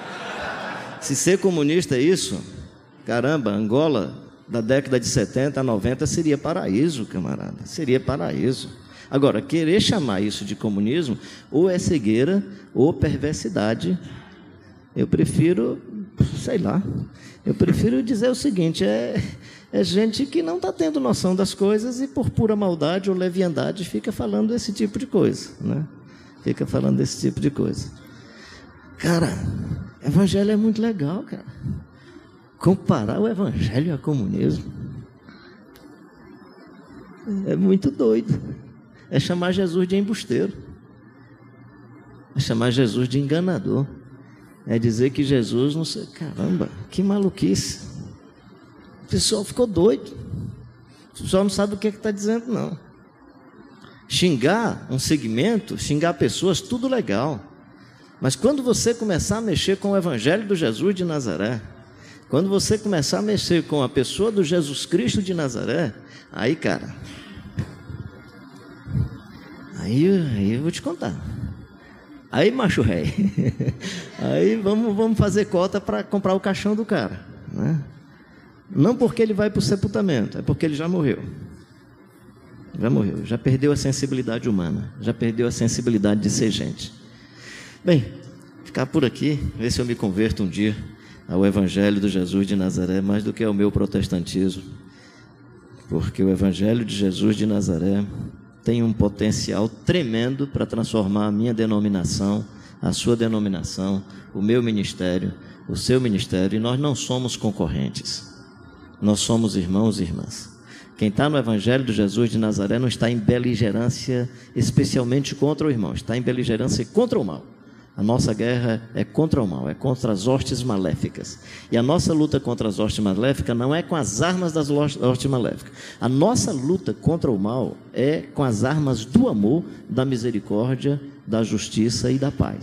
Se ser comunista é isso, caramba, Angola... da década de setenta a noventa seria paraíso, camarada, seria paraíso. Agora, querer chamar isso de comunismo, ou é cegueira, ou perversidade. Eu prefiro, sei lá, eu prefiro dizer o seguinte, é, é gente que não está tendo noção das coisas e por pura maldade ou leviandade fica falando esse tipo de coisa, né? Fica falando desse tipo de coisa. Cara, evangelho é muito legal, cara. Comparar o evangelho ao comunismo é muito doido. É chamar Jesus de embusteiro. É chamar Jesus de enganador. É dizer que Jesus não sei... Caramba, que maluquice. O pessoal ficou doido. O pessoal não sabe o que é que está dizendo, não. Xingar um segmento, xingar pessoas, tudo legal. Mas quando você começar a mexer com o evangelho do Jesus de Nazaré, quando você começar a mexer com a pessoa do Jesus Cristo de Nazaré, aí, cara, aí, aí eu vou te contar. Aí, macho rei, aí vamos, vamos fazer cota para comprar o caixão do cara, né? Não porque ele vai para o sepultamento, é porque ele já morreu. Já morreu, já perdeu a sensibilidade humana, já perdeu a sensibilidade de ser gente. Bem, ficar por aqui, ver se eu me converto um dia ao Evangelho do Jesus de Nazaré, mais do que ao meu protestantismo, porque o Evangelho de Jesus de Nazaré tem um potencial tremendo para transformar a minha denominação, a sua denominação, o meu ministério, o seu ministério, e nós não somos concorrentes, nós somos irmãos e irmãs. Quem está no Evangelho de Jesus de Nazaré não está em beligerância especialmente contra o irmão, está em beligerância contra o mal. A nossa guerra é contra o mal, é contra as hostes maléficas. E a nossa luta contra as hostes maléficas não é com as armas das hostes maléficas. A nossa luta contra o mal é com as armas do amor, da misericórdia, da justiça e da paz.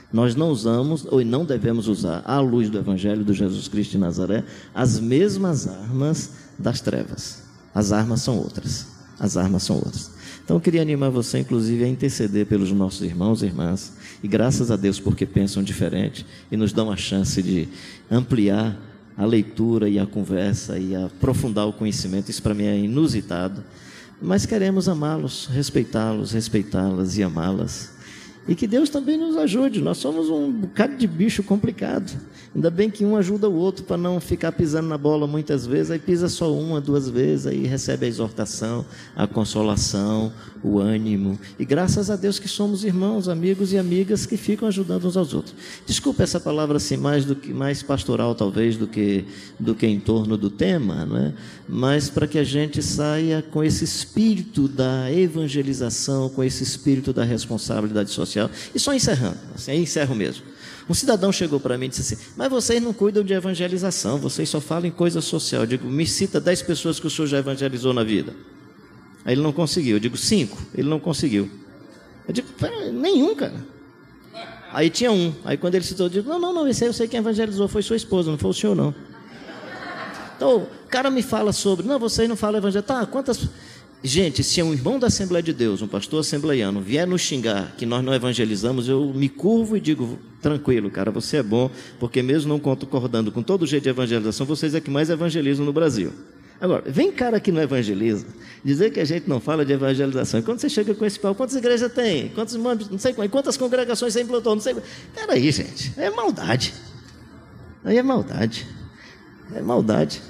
Nós não usamos, ou não devemos usar, à luz do Evangelho de Jesus Cristo de Nazaré, as mesmas armas das trevas. As armas são outras. As armas são outras. Então, eu queria animar você, inclusive, a interceder pelos nossos irmãos e irmãs. E graças a Deus, porque pensam diferente e nos dão a chance de ampliar a leitura e a conversa e aprofundar o conhecimento. Isso, para mim, é inusitado. Mas queremos amá-los, respeitá-los, respeitá-las e amá-las. E que Deus também nos ajude. Nós somos um bocado de bicho complicado. Ainda bem que um ajuda o outro para não ficar pisando na bola muitas vezes. Aí pisa só uma, duas vezes, aí recebe a exortação, a consolação, o ânimo. E graças a Deus que somos irmãos, amigos e amigas que ficam ajudando uns aos outros. Desculpa essa palavra assim, mais, do que, mais pastoral talvez do que, do que em torno do tema, não é? Mas para que a gente saia com esse espírito da evangelização, com esse espírito da responsabilidade social. E só encerrando, assim, aí encerro mesmo. Um cidadão chegou para mim e disse assim: mas vocês não cuidam de evangelização, vocês só falam em coisa social. Eu digo: me cita dez pessoas que o senhor já evangelizou na vida. Aí ele não conseguiu. Eu digo: cinco. Ele não conseguiu. Eu digo: nenhum, cara. Aí tinha um. Aí quando ele citou, eu digo: não, não, não, esse aí eu sei quem evangelizou, foi sua esposa, não foi o senhor, não. Então, o cara me fala sobre, não, vocês não falam evangelho. Tá, quantas... Gente, se um irmão da Assembleia de Deus, um pastor assembleiano, vier nos xingar que nós não evangelizamos, eu me curvo e digo: tranquilo, cara, você é bom, porque mesmo não concordando com todo jeito de evangelização, vocês é que mais evangelizam no Brasil. Agora, vem cara que não evangeliza, dizer que a gente não fala de evangelização. E quando você chega com esse pau, quantas igrejas tem? Quantos irmãos, não sei quantas congregações você implantou? Não sei. Peraí, gente, é maldade. Aí é maldade. É maldade.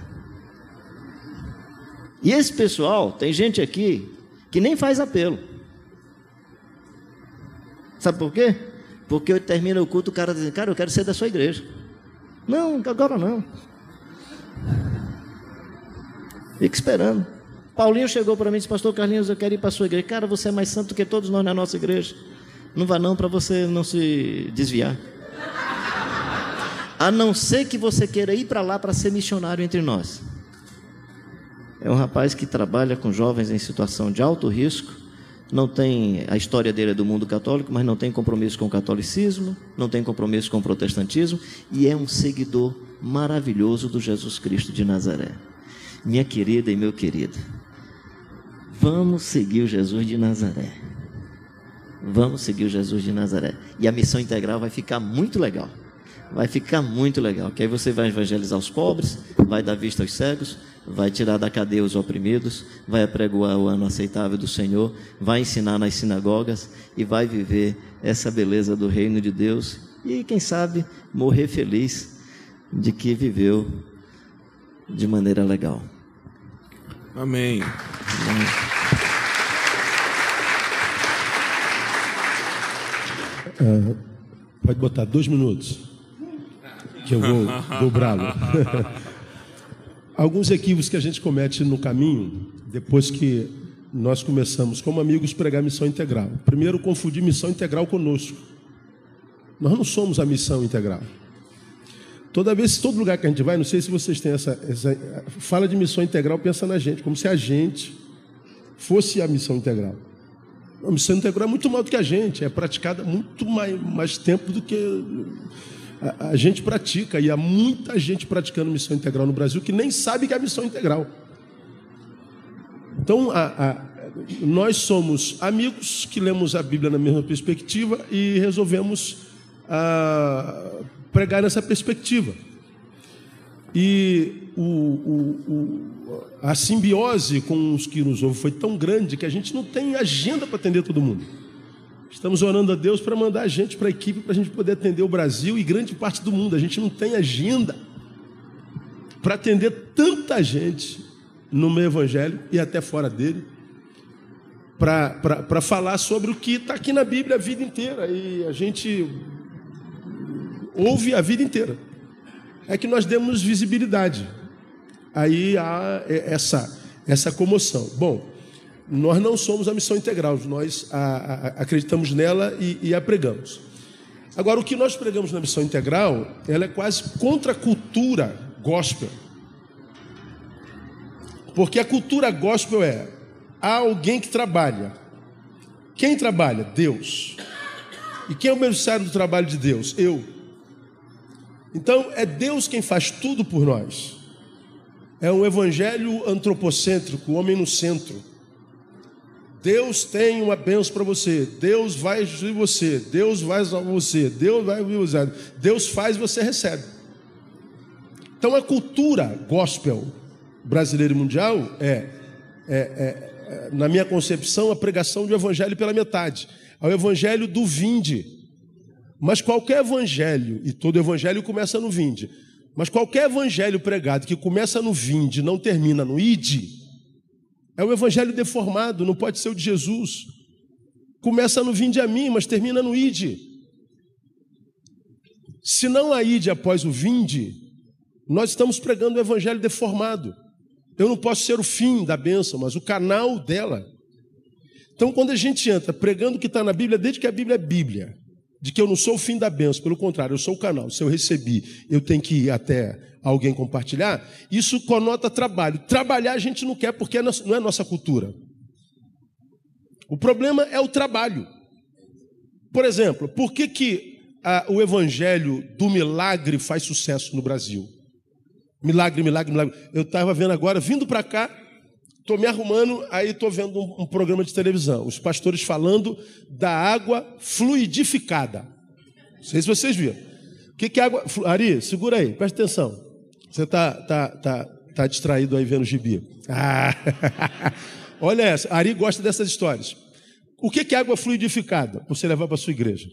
E esse pessoal, tem gente aqui que nem faz apelo. Sabe por quê? Porque eu termino o culto, o cara diz: cara, eu quero ser da sua igreja. Não, agora não. Fica esperando. Paulinho chegou para mim e disse: pastor Carlinhos, eu quero ir para a sua igreja. Cara, você é mais santo do que todos nós na nossa igreja. Não vá não, para você não se desviar. A não ser que você queira ir para lá para ser missionário entre nós. É um rapaz que trabalha com jovens em situação de alto risco. Não tem, a história dele é do mundo católico, mas não tem compromisso com o catolicismo, não tem compromisso com o protestantismo, e é um seguidor maravilhoso do Jesus Cristo de Nazaré. Minha querida e meu querido, vamos seguir o Jesus de Nazaré. Vamos seguir o Jesus de Nazaré. E a missão integral vai ficar muito legal. Vai ficar muito legal, que aí você vai evangelizar os pobres, vai dar vista aos cegos, vai tirar da cadeia os oprimidos, vai apregoar o ano aceitável do Senhor, vai ensinar nas sinagogas e vai viver essa beleza do reino de Deus e, quem sabe, morrer feliz de que viveu de maneira legal. Amém. Amém. Uh, pode botar dois minutos, que eu vou dobrá-lo. Alguns equívocos que a gente comete no caminho, depois que nós começamos, como amigos, pregar missão integral. Primeiro, confundir missão integral conosco. Nós não somos a missão integral. Toda vez, todo lugar que a gente vai, não sei se vocês têm essa, essa... Fala de missão integral, pensa na gente, como se a gente fosse a missão integral. A missão integral é muito maior do que a gente, é praticada muito mais, mais tempo do que... A, a gente pratica, e há muita gente praticando missão integral no Brasil que nem sabe que é missão integral. Então, a, a, nós somos amigos que lemos a Bíblia na mesma perspectiva e resolvemos a, pregar nessa perspectiva. E o, o, o, a simbiose com os que nos ouvem foi tão grande que a gente não tem agenda para atender todo mundo. Estamos orando a Deus para mandar a gente para a equipe, para a gente poder atender o Brasil e grande parte do mundo. A gente não tem agenda para atender tanta gente no meio evangélico e até fora dele, para falar sobre o que está aqui na Bíblia a vida inteira. E a gente ouve a vida inteira. É que nós demos visibilidade. Aí há essa, essa comoção. Bom, nós não somos a missão integral, nós a, a, acreditamos nela e, e a pregamos. Agora, o que nós pregamos na missão integral, ela é quase contra a cultura gospel. Porque a cultura gospel é, há alguém que trabalha. Quem trabalha? Deus. E quem é o beneficiário do trabalho de Deus? Eu. Então, é Deus quem faz tudo por nós. É um evangelho antropocêntrico, o homem no centro. Deus tem uma bênção para você. Deus vai de você. Deus vai salvar você. Deus vai usar. Deus faz e você recebe. Então, a cultura gospel brasileira e mundial é, é, é, na minha concepção, a pregação do evangelho pela metade. É o evangelho do vinde. Mas qualquer evangelho, e todo evangelho começa no vinde, mas qualquer evangelho pregado que começa no vinde e não termina no ide, é um evangelho deformado, não pode ser o de Jesus. Começa no vinde a mim, mas termina no ide. Se não há ide após o vinde, nós estamos pregando o evangelho deformado. Eu não posso ser o fim da bênção, mas o canal dela. Então, quando a gente entra pregando o que está na Bíblia, desde que a Bíblia é Bíblia, de que eu não sou o fim da bênção, pelo contrário, eu sou o canal. Se eu recebi, eu tenho que ir até alguém compartilhar, isso conota trabalho. Trabalhar a gente não quer porque não é nossa cultura. O problema é o trabalho. Por exemplo, por que, que a, o evangelho do milagre faz sucesso no Brasil? Milagre, milagre, milagre. Eu estava vendo agora, vindo para cá, estou me arrumando, aí estou vendo um, um programa de televisão, os pastores falando da água fluidificada. Não sei se vocês viram. O que, que é água... Ari, segura aí, presta atenção. Você está tá, tá, tá distraído aí vendo o gibi. Ah. Olha essa, Ari gosta dessas histórias. O que, que é água fluidificada? Para você levar para a sua igreja.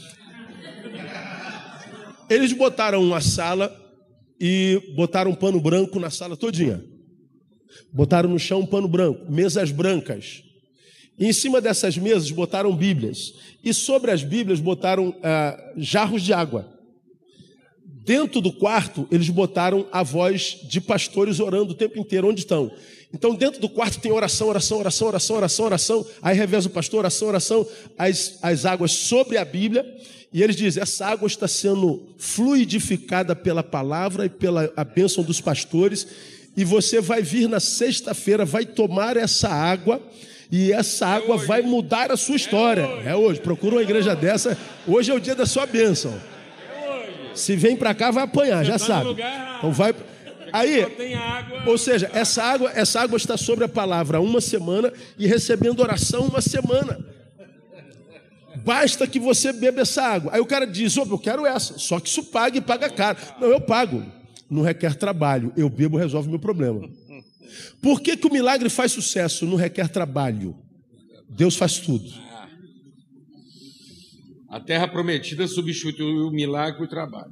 Eles botaram uma sala e botaram um pano branco na sala todinha. Botaram no chão um pano branco, mesas brancas. E em cima dessas mesas botaram bíblias. E sobre as bíblias botaram ah, jarros de água. Dentro do quarto, eles botaram a voz de pastores orando o tempo inteiro. Onde estão? Então, dentro do quarto tem oração, oração, oração, oração, oração, oração. Aí reveza o pastor, oração, oração. As, as águas sobre a Bíblia. E eles dizem, essa água está sendo fluidificada pela palavra e pela a bênção dos pastores. E você vai vir na sexta-feira, vai tomar essa água, e essa água vai mudar a sua história. É hoje, procura uma igreja dessa. Hoje é o dia da sua bênção. Se vem para cá, vai apanhar, já sabe. Então vai. Aí, ou seja, essa água, essa água está sobre a palavra uma semana e recebendo oração uma semana. Basta que você beba essa água. Aí o cara diz, oh, eu quero essa, só que isso paga e paga caro. Não, eu pago. Não requer trabalho. Eu bebo, resolve o meu problema. Por que que o milagre faz sucesso? Não requer trabalho. Deus faz tudo. A terra prometida substituiu o milagre por trabalho.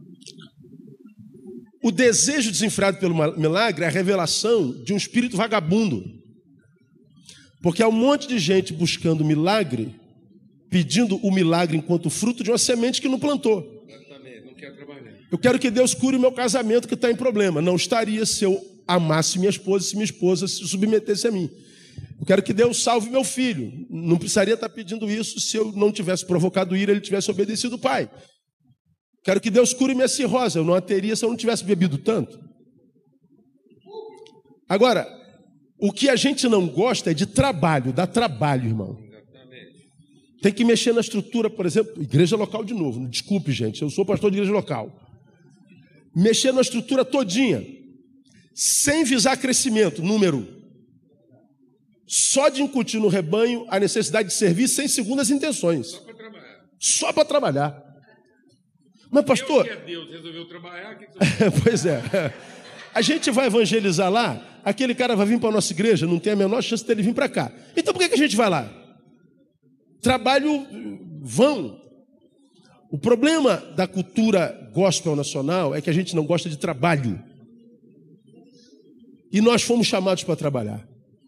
O desejo desenfreado pelo milagre é a revelação de um espírito vagabundo. Porque há um monte de gente buscando milagre, pedindo o milagre enquanto fruto de uma semente que não plantou. Exatamente, não quer trabalhar. Eu quero que Deus cure o meu casamento que está em problema. Não estaria se eu amasse minha esposa, se minha esposa se submetesse a mim. Eu quero que Deus salve meu filho. Não precisaria estar pedindo isso se eu não tivesse provocado ira, ele tivesse obedecido o pai. Quero que Deus cure minha cirrose. Eu não a teria se eu não tivesse bebido tanto. Agora, o que a gente não gosta é de trabalho, dá trabalho, irmão. Tem que mexer na estrutura, por exemplo, igreja local de novo. Desculpe, gente, eu sou pastor de igreja local. Mexer na estrutura todinha, sem visar crescimento, número. Só de incutir no rebanho a necessidade de servir sem segundas intenções. Só para trabalhar. Só para trabalhar. Mas, pastor... Deus, que é Deus resolveu trabalhar, que que você... Pois é. A gente vai evangelizar lá, aquele cara vai vir para a nossa igreja, não tem a menor chance dele vir para cá. Então por que que a gente vai lá? Trabalho vão. O problema da cultura gospel nacional é que a gente não gosta de trabalho. E nós fomos chamados para trabalhar.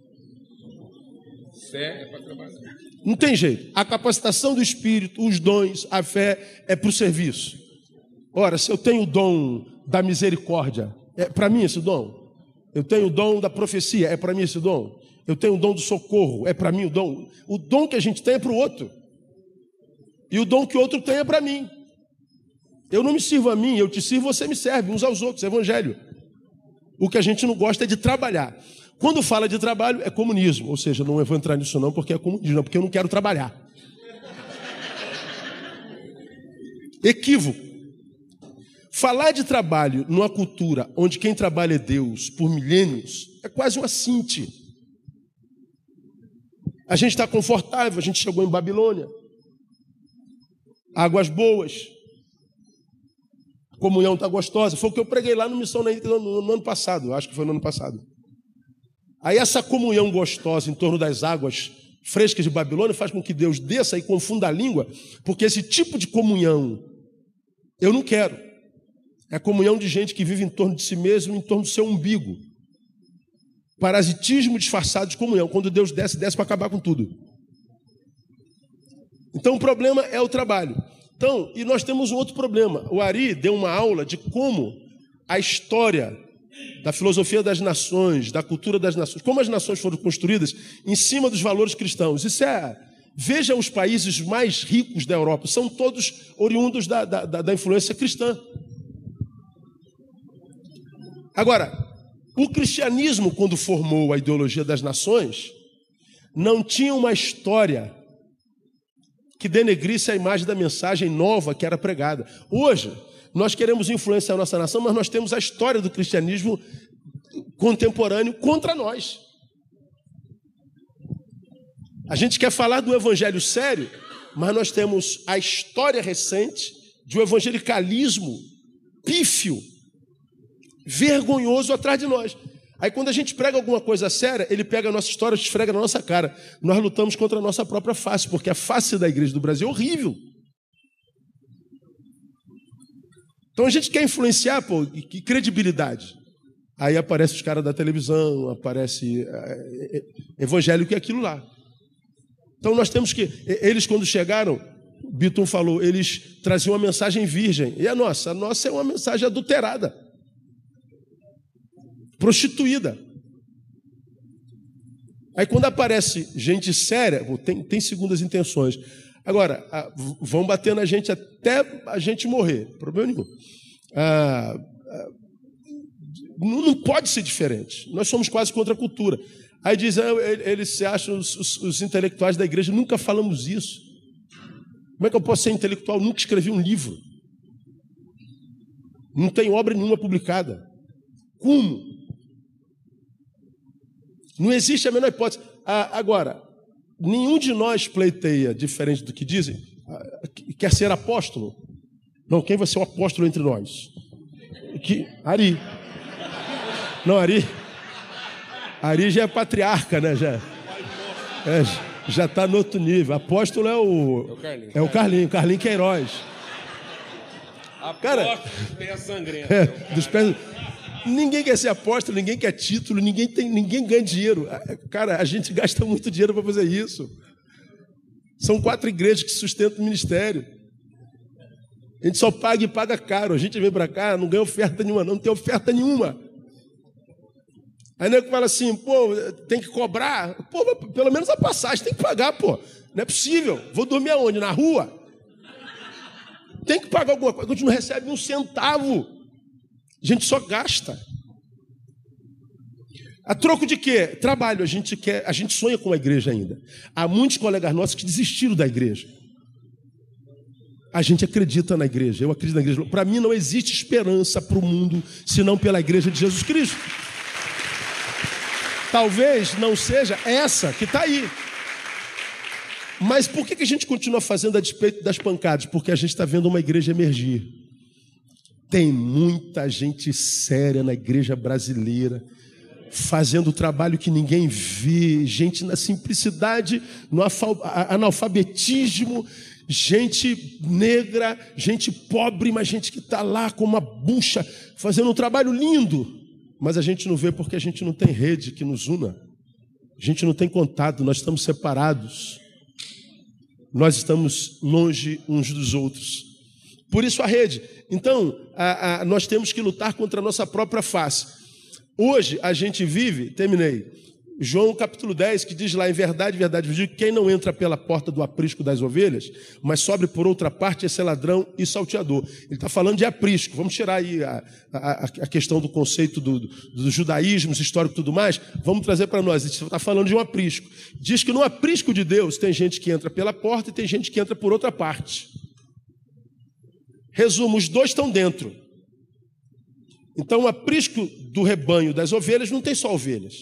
Fé é para trabalhar. Não tem jeito. A capacitação do Espírito, os dons, a fé é para o serviço. Ora, se eu tenho o dom da misericórdia, é para mim esse dom. Eu tenho o dom da profecia, é para mim esse dom. Eu tenho o dom do socorro, é para mim o dom. O dom que a gente tem é para o outro. E o dom que o outro tem é para mim. Eu não me sirvo a mim, eu te sirvo, você me serve, uns aos outros, é evangelho. O que a gente não gosta é de trabalhar. Quando fala de trabalho, é comunismo. Ou seja, não vou entrar nisso não, porque é comunismo, não, porque eu não quero trabalhar. Equívoco. Falar de trabalho numa cultura onde quem trabalha é Deus por milênios é quase um assinte. A gente está confortável, a gente chegou em Babilônia. Águas boas. Comunhão está gostosa. Foi o que eu preguei lá no Missão na Índia no, no ano passado. Acho que foi no ano passado. Aí essa comunhão gostosa em torno das águas frescas de Babilônia faz com que Deus desça e confunda a língua, porque esse tipo de comunhão eu não quero. É a comunhão de gente que vive em torno de si mesmo, em torno do seu umbigo. Parasitismo disfarçado de comunhão. Quando Deus desce, desce para acabar com tudo. Então o problema é o trabalho. Então, e nós temos um outro problema. O Ari deu uma aula de como a história da filosofia das nações, da cultura das nações, como as nações foram construídas em cima dos valores cristãos. Isso é... Veja os países mais ricos da Europa. São todos oriundos da, da, da influência cristã. Agora, o cristianismo, quando formou a ideologia das nações, não tinha uma história que denegrisse a imagem da mensagem nova que era pregada. Hoje, nós queremos influenciar a nossa nação, mas nós temos a história do cristianismo contemporâneo contra nós. A gente quer falar do evangelho sério, mas nós temos a história recente de um evangelicalismo pífio, vergonhoso atrás de nós. Aí quando a gente prega alguma coisa séria, ele pega a nossa história e esfrega na nossa cara. Nós lutamos contra a nossa própria face, porque a face da igreja do Brasil é horrível. Então a gente quer influenciar, pô, que credibilidade? Aí aparece os caras da televisão, aparece é, evangélico e aquilo lá. Então nós temos que... Eles quando chegaram, Biton falou, eles traziam uma mensagem virgem. E a nossa? A nossa é uma mensagem adulterada. Prostituída. Aí quando aparece gente séria, tem, tem segundas intenções. Agora, a, vão bater na gente até a gente morrer. Problema nenhum. Ah, ah, não, não pode ser diferente. Nós somos quase contra a cultura. Aí diz, ah, eles se acham os, os, os intelectuais da igreja. Nunca falamos isso. Como é que eu posso ser intelectual? Nunca escrevi um livro. Não tem obra nenhuma publicada. Como? Não existe a menor hipótese. Ah, agora, nenhum de nós pleiteia, diferente do que dizem, ah, quer ser apóstolo. Não, quem vai ser o apóstolo entre nós? Que, Ari. Não, Ari. Ari já é patriarca, né? Já é, já está no outro nível. Apóstolo é o, é o Carlinho. É o Carlinho, Carlinho Queiroz. Cara, dos pés sangrentos. É, dos pés... Ninguém quer ser apóstolo, ninguém quer título, ninguém, tem, ninguém ganha dinheiro. Cara, a gente gasta muito dinheiro para fazer isso. São quatro igrejas que sustentam o ministério. A gente só paga e paga caro. A gente vem para cá, não ganha oferta nenhuma, não, não tem oferta nenhuma. Aí nego fala assim, pô, tem que cobrar. Pô, pelo menos a passagem tem que pagar, pô. Não é possível. Vou dormir aonde? Na rua? Tem que pagar alguma coisa. A gente não recebe um centavo. A gente só gasta. A troco de quê? Trabalho. A gente quer, a gente sonha com a igreja ainda. Há muitos colegas nossos que desistiram da igreja. A gente acredita na igreja. Eu acredito na igreja. Para mim não existe esperança para o mundo senão pela igreja de Jesus Cristo. Talvez não seja essa que está aí. Mas por que a gente continua fazendo a despeito das pancadas? Porque a gente está vendo uma igreja emergir. Tem muita gente séria na igreja brasileira, fazendo o trabalho que ninguém vê, gente na simplicidade, no analfabetismo, gente negra, gente pobre, mas gente que está lá com uma bucha, fazendo um trabalho lindo, mas a gente não vê porque a gente não tem rede que nos una, a gente não tem contato, nós estamos separados, nós estamos longe uns dos outros. Por isso a rede. Então, a, a, nós temos que lutar contra a nossa própria face. Hoje, a gente vive, terminei, João capítulo dez, que diz lá, em verdade, verdade, vos digo, quem não entra pela porta do aprisco das ovelhas, mas sobe por outra parte, esse é ladrão e salteador. Ele está falando de aprisco. Vamos tirar aí a, a, a questão do conceito do, do, do judaísmo, histórico e tudo mais, vamos trazer para nós. Ele está falando de um aprisco. Diz que no aprisco de Deus tem gente que entra pela porta e tem gente que entra por outra parte. Resumo, os dois estão dentro. Então, o aprisco do rebanho das ovelhas não tem só ovelhas.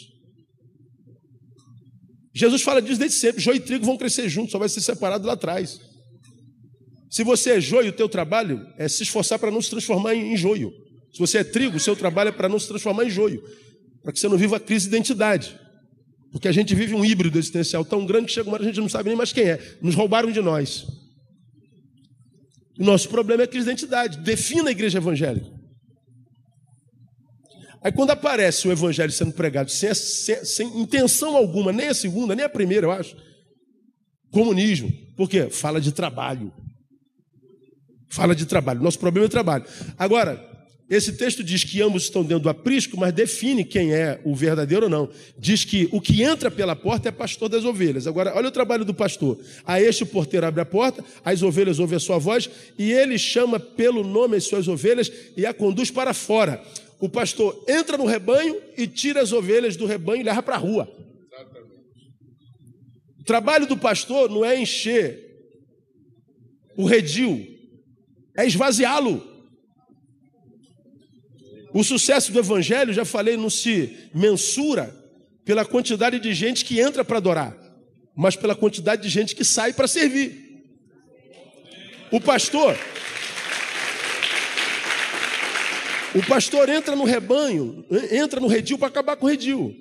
Jesus fala disso desde sempre. Joio e trigo vão crescer juntos, só vai ser separado lá atrás. Se você é joio, o teu trabalho é se esforçar para não se transformar em joio. Se você é trigo, o seu trabalho é para não se transformar em joio. Para que você não viva a crise de identidade. Porque a gente vive um híbrido existencial tão grande que chega uma hora a gente não sabe nem mais quem é. Nos roubaram de nós. O nosso problema é a crise de identidade. Defina a igreja evangélica. Aí quando aparece o evangelho sendo pregado sem, sem, sem intenção alguma, nem a segunda, nem a primeira, eu acho, comunismo. Por quê? Fala de trabalho. Fala de trabalho. Nosso problema é trabalho. Agora, esse texto diz que ambos estão dentro do aprisco, mas define quem é o verdadeiro ou não. Diz que o que entra pela porta é pastor das ovelhas. Agora, olha o trabalho do pastor. A este o porteiro abre a porta, as ovelhas ouvem a sua voz, e ele chama pelo nome as suas ovelhas e a conduz para fora. O pastor entra no rebanho e tira as ovelhas do rebanho e leva para a rua. O trabalho do pastor não é encher o redil, é esvaziá-lo. O sucesso do evangelho, já falei, não se mensura pela quantidade de gente que entra para adorar, mas pela quantidade de gente que sai para servir. O pastor... O pastor entra no rebanho, entra no redil para acabar com o redil.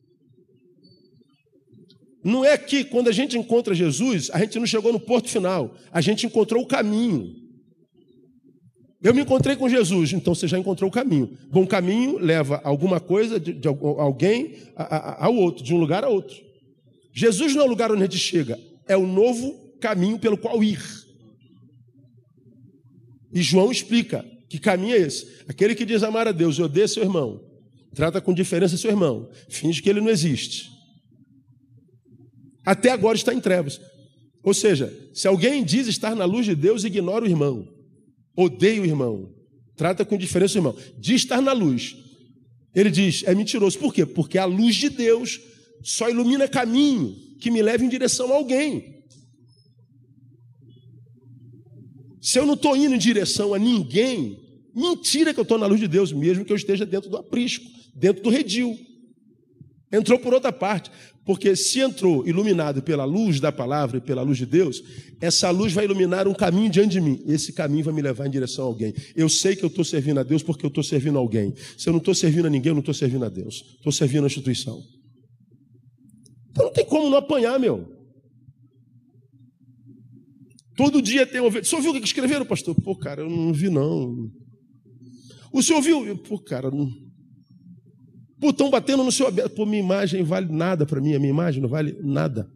Não é que quando a gente encontra Jesus, a gente não chegou no porto final, a gente encontrou o caminho. Eu me encontrei com Jesus, então você já encontrou o caminho. Bom caminho leva alguma coisa de, de alguém a, a, ao outro, de um lugar a outro. Jesus não é o lugar onde a gente chega, é o novo caminho pelo qual ir. E João explica. Que caminho é esse? Aquele que diz amar a Deus e odeia seu irmão, trata com diferença seu irmão, finge que ele não existe. Até agora está em trevas. Ou seja, se alguém diz estar na luz de Deus, ignora o irmão, odeia o irmão, trata com diferença o irmão. Diz estar na luz. Ele diz, é mentiroso. Por quê? Porque a luz de Deus só ilumina caminho que me leva em direção a alguém. Se eu não estou indo em direção a ninguém, mentira que eu estou na luz de Deus, mesmo que eu esteja dentro do aprisco, dentro do redil. Entrou por outra parte, porque se entrou iluminado pela luz da palavra e pela luz de Deus, essa luz vai iluminar um caminho diante de mim. Esse caminho vai me levar em direção a alguém. Eu sei que eu estou servindo a Deus porque eu estou servindo a alguém. Se eu não estou servindo a ninguém, eu não estou servindo a Deus. Estou servindo a instituição. Então não tem como não apanhar, meu. Todo dia tem ovelha. O senhor viu o que escreveram, pastor? Pô, cara, eu não vi, não. O senhor viu? Pô, cara, não. Pô, estão batendo no seu aberto. Pô, minha imagem vale nada para mim. A minha imagem não vale nada.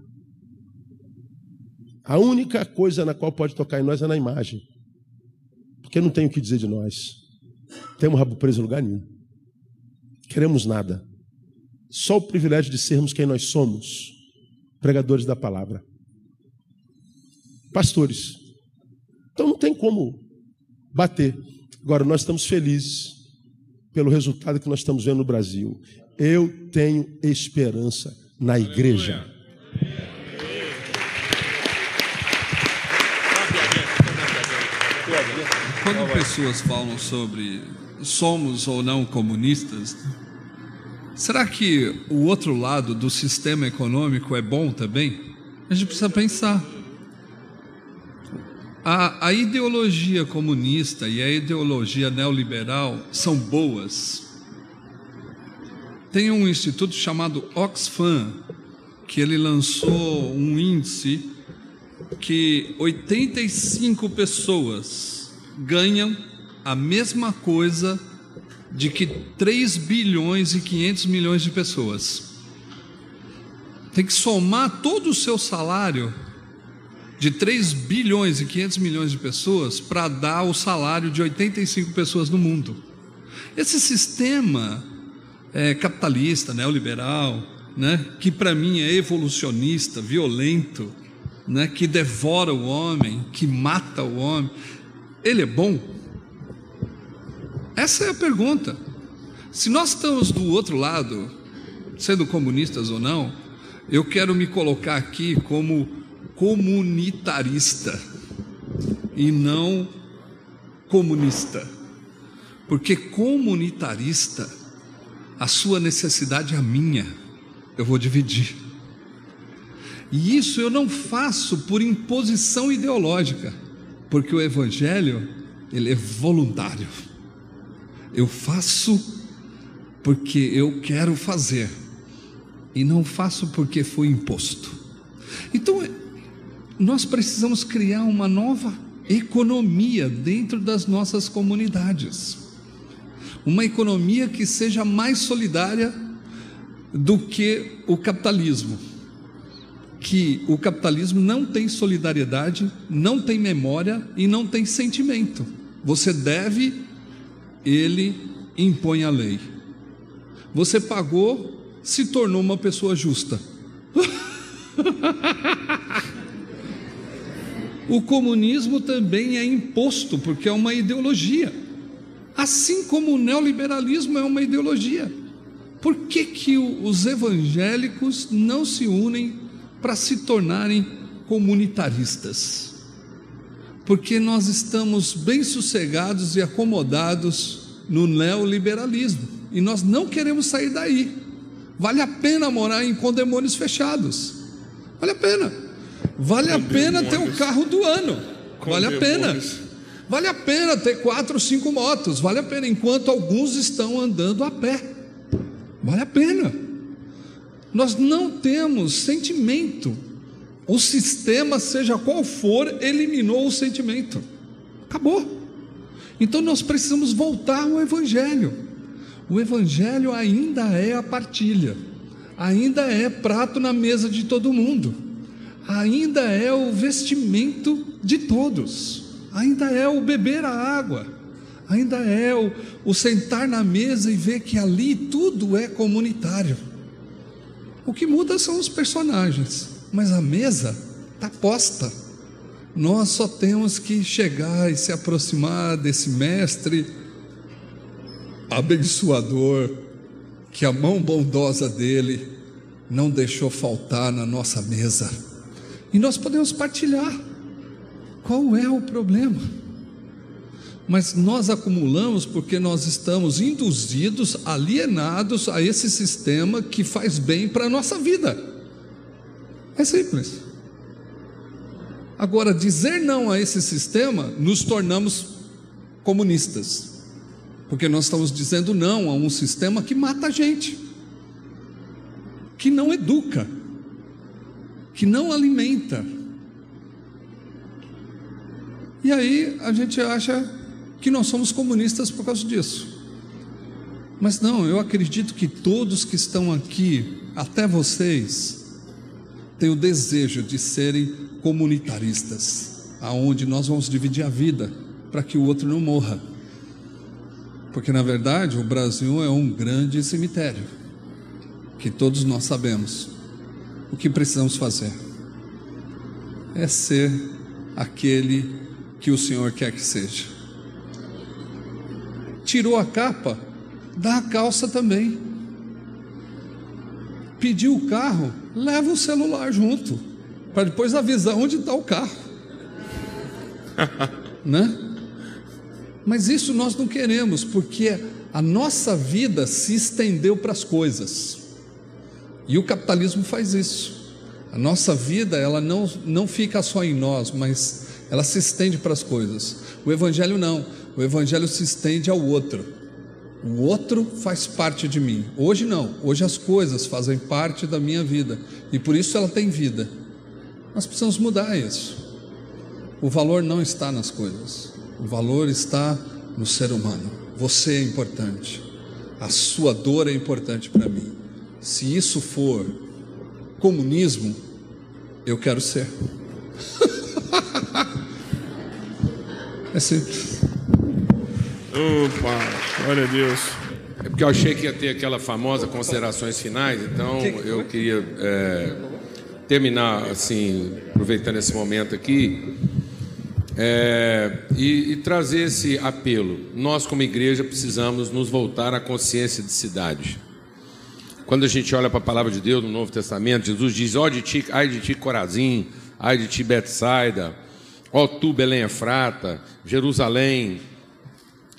A única coisa na qual pode tocar em nós é na imagem. Porque não tem o que dizer de nós. Temos rabo preso em lugar nenhum. Queremos nada. Só o privilégio de sermos quem nós somos. Pregadores da palavra. Pastores. Então não tem como bater. Agora, nós estamos felizes pelo resultado que nós estamos vendo no Brasil. Eu tenho esperança na igreja. Quando pessoas falam sobre somos ou não comunistas, será que o outro lado do sistema econômico é bom também? A gente precisa pensar. A, a ideologia comunista e a ideologia neoliberal são boas. Tem um instituto chamado Oxfam, que ele lançou um índice que oitenta e cinco pessoas ganham a mesma coisa de que três bilhões e quinhentos milhões de pessoas. Tem que somar todo o seu salário de três bilhões e quinhentos milhões de pessoas para dar o salário de oitenta e cinco pessoas no mundo. Esse sistema é, capitalista, neoliberal, né, que para mim é evolucionista, violento, né, que devora o homem, que mata o homem, ele é bom? Essa é a pergunta. Se nós estamos do outro lado, sendo comunistas ou não, eu quero me colocar aqui como comunitarista e não comunista, porque comunitarista, a sua necessidade é a minha, eu vou dividir. E isso eu não faço por imposição ideológica, porque o Evangelho, ele é voluntário. Eu faço porque eu quero fazer, e não faço porque foi imposto. Então, nós precisamos criar uma nova economia dentro das nossas comunidades. Uma economia que seja mais solidária do que o capitalismo. Que o capitalismo não tem solidariedade, não tem memória e não tem sentimento. Você deve, ele impõe a lei. Você pagou, se tornou uma pessoa justa. O comunismo também é imposto, porque é uma ideologia, assim como o neoliberalismo é uma ideologia. Por que que os evangélicos não se unem para se tornarem comunitaristas? Porque nós estamos bem sossegados e acomodados no neoliberalismo, e nós não queremos sair daí. Vale a pena morar em condemônios fechados, vale a pena. Vale a pena ter o carro do ano, vale a pena. Vale a pena ter quatro, cinco motos, vale a pena, enquanto alguns estão andando a pé, vale a pena. Nós não temos sentimento. O sistema, seja qual for, eliminou o sentimento, acabou. Então nós precisamos voltar ao Evangelho. O Evangelho ainda é a partilha, ainda é prato na mesa de todo mundo, ainda é o vestimento de todos, ainda é o beber a água, ainda é o, o sentar na mesa e ver que ali tudo é comunitário. O que muda são os personagens, mas a mesa está posta. Nós só temos que chegar e se aproximar desse mestre abençoador, que a mão bondosa dele não deixou faltar na nossa mesa, e nós podemos partilhar. Qual é o problema? Mas nós acumulamos porque nós estamos induzidos, alienados a esse sistema que faz bem para a nossa vida. É simples. Agora, dizer não a esse sistema, nos tornamos comunistas, porque nós estamos dizendo não a um sistema que mata a gente, que não educa, que não alimenta. E aí a gente acha que nós somos comunistas por causa disso. Mas não, eu acredito que todos que estão aqui, até vocês, têm o desejo de serem comunitaristas, aonde nós vamos dividir a vida para que o outro não morra. Porque na verdade o Brasil é um grande cemitério, que todos nós sabemos. O que precisamos fazer é ser aquele que o Senhor quer que seja. Tirou a capa, dá a calça também. Pediu o carro, leva o celular junto, para depois avisar onde está o carro. Né? Mas isso nós não queremos, porque a nossa vida se estendeu para as coisas, e o capitalismo faz isso. A nossa vida, ela não, não fica só em nós, mas ela se estende para as coisas. O Evangelho não, o Evangelho se estende ao outro. O outro faz parte de mim. Hoje não, hoje as coisas fazem parte da minha vida, e por isso ela tem vida. Nós precisamos mudar isso. O valor não está nas coisas, o valor está no ser humano. Você é importante, a sua dor é importante para mim. Se isso for comunismo, eu quero ser. É simples. Opa, glória a Deus. É porque eu achei que ia ter aquela famosa considerações finais, então eu queria é, terminar assim, aproveitando esse momento aqui, é, e, e trazer esse apelo. Nós, como igreja, precisamos nos voltar à consciência de cidade. Quando a gente olha para a palavra de Deus no Novo Testamento, Jesus diz: ó de ti, ai de ti Corazim, ai de ti Betsaida, ó tu Belém Efrata, Jerusalém,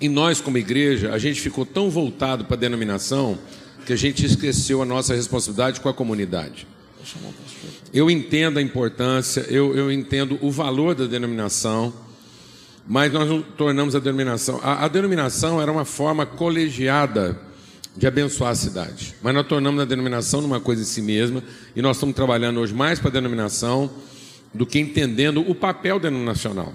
E nós, como igreja, a gente ficou tão voltado para a denominação que a gente esqueceu a nossa responsabilidade com a comunidade. Eu entendo a importância, eu, eu entendo o valor da denominação, mas nós não tornamos a denominação... A, a denominação era uma forma colegiada de abençoar a cidade, mas nós tornamos a denominação numa coisa em si mesma, e nós estamos trabalhando hoje mais para a denominação do que entendendo o papel denominacional.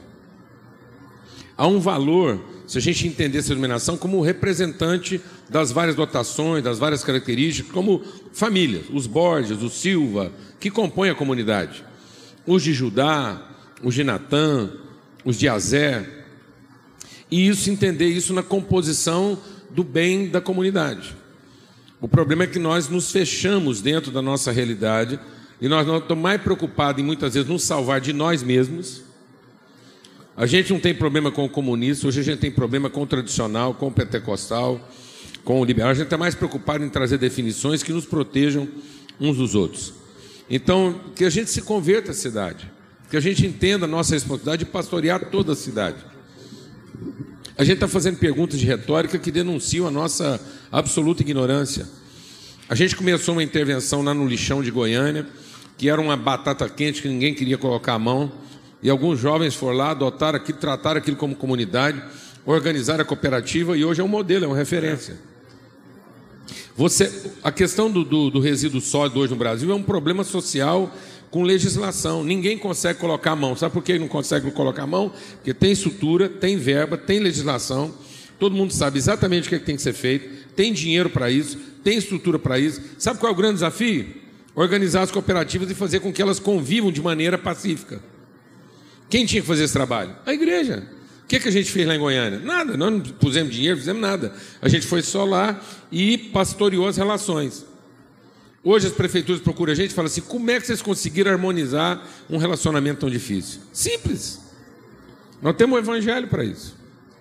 Há um valor, se a gente entender essa denominação como representante das várias dotações, das várias características, como famílias, os Borges, os Silva, que compõem a comunidade, os de Judá, os de Natã, os de Azé, e isso, entender isso na composição do bem da comunidade. O problema é que nós nos fechamos dentro da nossa realidade e nós não estamos mais preocupados em muitas vezes nos salvar de nós mesmos. A gente não tem problema com o comunista, hoje a gente tem problema com o tradicional, com o pentecostal, com o liberal. A gente está mais preocupado em trazer definições que nos protejam uns dos outros. Então, que a gente se converta à cidade, que a gente entenda a nossa responsabilidade de pastorear toda a cidade. A gente está fazendo perguntas de retórica que denunciam a nossa absoluta ignorância. A gente começou uma intervenção lá no lixão de Goiânia, que era uma batata quente que ninguém queria colocar a mão, e alguns jovens foram lá, adotaram aquilo, trataram aquilo como comunidade, organizaram a cooperativa, e hoje é um modelo, é uma referência. Você, a questão do, do, do resíduo sólido hoje no Brasil é um problema social com legislação. Ninguém consegue colocar a mão. Sabe por que não consegue colocar a mão? Porque tem estrutura, tem verba, tem legislação, todo mundo sabe exatamente o que, é que tem que ser feito, tem dinheiro para isso, tem estrutura para isso. Sabe qual é o grande desafio? Organizar as cooperativas e fazer com que elas convivam de maneira pacífica. Quem tinha que fazer esse trabalho? A igreja. O que, é que a gente fez lá em Goiânia? Nada, nós não pusemos dinheiro, não fizemos nada. A gente foi só lá e pastoreou as relações. Hoje as prefeituras procuram a gente e falam assim: como é que vocês conseguiram harmonizar um relacionamento tão difícil? Simples. Nós temos um evangelho para isso.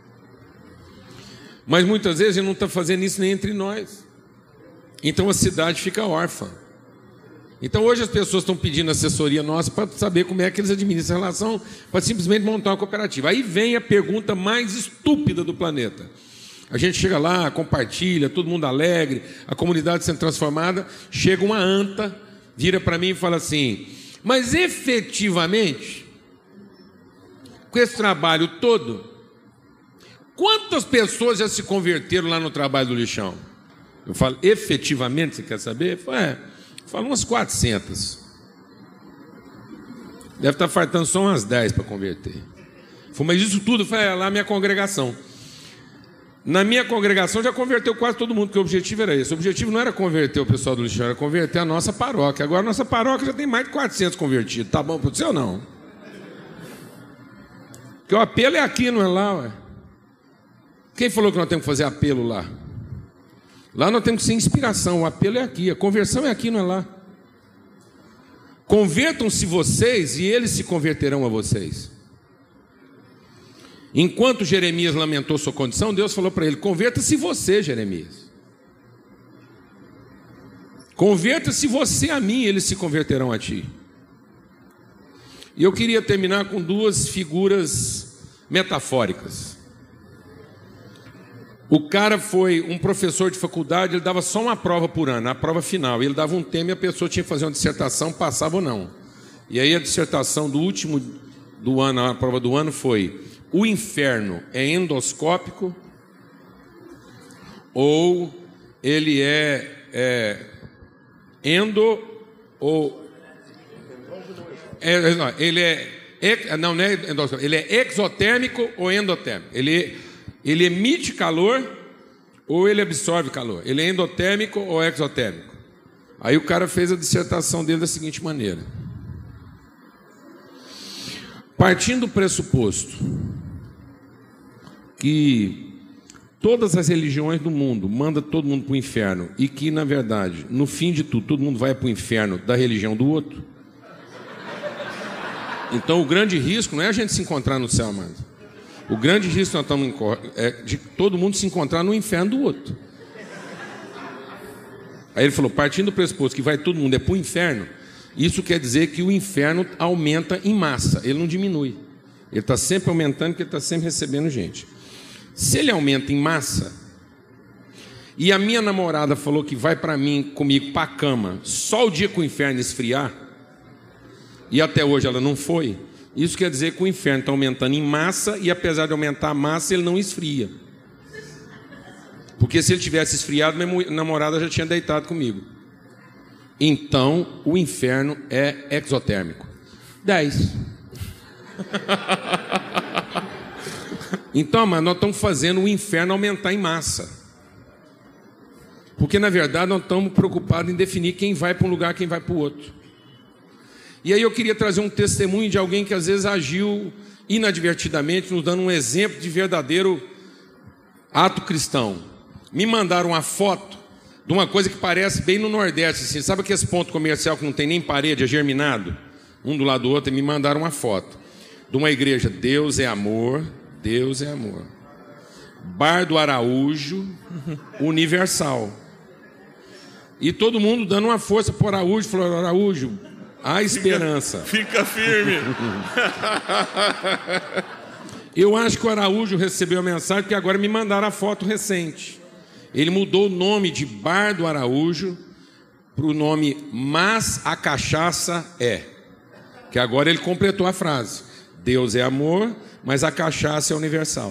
Mas muitas vezes a gente não está fazendo isso nem entre nós. Então a cidade fica órfã. Então hoje as pessoas estão pedindo assessoria nossa para saber como é que eles administram a relação, para simplesmente montar uma cooperativa. Aí vem a pergunta mais estúpida do planeta. A gente chega lá, compartilha, todo mundo alegre, a comunidade sendo transformada, chega uma anta, vira para mim e fala assim: mas efetivamente, com esse trabalho todo, quantas pessoas já se converteram lá no trabalho do lixão? Eu falo: efetivamente, você quer saber? Eu falo, é, eu falo umas quatrocentas. Deve estar faltando só umas dez para converter. Eu falo, mas isso tudo foi lá a minha congregação. Na minha congregação já converteu quase todo mundo, porque o objetivo era esse. O objetivo não era converter o pessoal do lixão, era converter a nossa paróquia. Agora a nossa paróquia já tem mais de quatrocentos convertidos. Tá bom para você ou não? Porque o apelo é aqui, não é lá, ué. Quem falou que nós temos que fazer apelo lá? Lá nós temos que ser inspiração, o apelo é aqui, a conversão é aqui, não é lá. Convertam-se vocês e eles se converterão a vocês. Enquanto Jeremias lamentou sua condição, Deus falou para ele: converta-se você, Jeremias. Converta-se você a mim, eles se converterão a ti. E eu queria terminar com duas figuras metafóricas. O cara foi um professor de faculdade, ele dava só uma prova por ano, a prova final. Ele dava um tema e a pessoa tinha que fazer uma dissertação, passava ou não. E aí a dissertação do último do ano, a prova do ano foi: o inferno é endoscópico ou ele é, é endo ou é, não, ele é não, não é endoscópico, ele é exotérmico ou endotérmico? Ele ele emite calor ou ele absorve calor? Ele é endotérmico ou exotérmico? Aí o cara fez a dissertação dele da seguinte maneira: partindo do pressuposto que todas as religiões do mundo mandam todo mundo para o inferno e que, na verdade, no fim de tudo, todo mundo vai para o inferno da religião do outro. Então o grande risco não é a gente se encontrar no céu, amado. O grande risco que nós estamos em, é de todo mundo se encontrar no inferno do outro. Aí ele falou: partindo do pressuposto que vai todo mundo é para o inferno, isso quer dizer que o inferno aumenta em massa, ele não diminui. Ele está sempre aumentando porque ele está sempre recebendo gente. Se ele aumenta em massa, e a minha namorada falou que vai para mim, comigo, para a cama, só o dia que o inferno esfriar, e até hoje ela não foi, isso quer dizer que o inferno está aumentando em massa, e apesar de aumentar a massa, ele não esfria. Porque se ele tivesse esfriado, minha namorada já tinha deitado comigo. Então, o inferno é exotérmico. dez. Então, mas nós estamos fazendo o inferno aumentar em massa. Porque, na verdade, nós estamos preocupados em definir quem vai para um lugar, quem vai para o outro. E aí eu queria trazer um testemunho de alguém que às vezes agiu inadvertidamente, nos dando um exemplo de verdadeiro ato cristão. Me mandaram uma foto de uma coisa que parece bem no Nordeste, assim, sabe aqueles pontos comerciais que não tem nem parede, é germinado, um do lado do outro, e me mandaram uma foto de uma igreja, Deus é amor, Deus é amor, Bar do Araújo, Universal, e todo mundo dando uma força para o Araújo, falou, Araújo, há esperança. Fica firme. Eu acho que o Araújo recebeu a mensagem, porque agora me mandaram a foto recente. Ele mudou o nome de Bar do Araújo para o nome Mas a Cachaça é. Que agora ele completou a frase. Deus é amor, mas a cachaça é universal.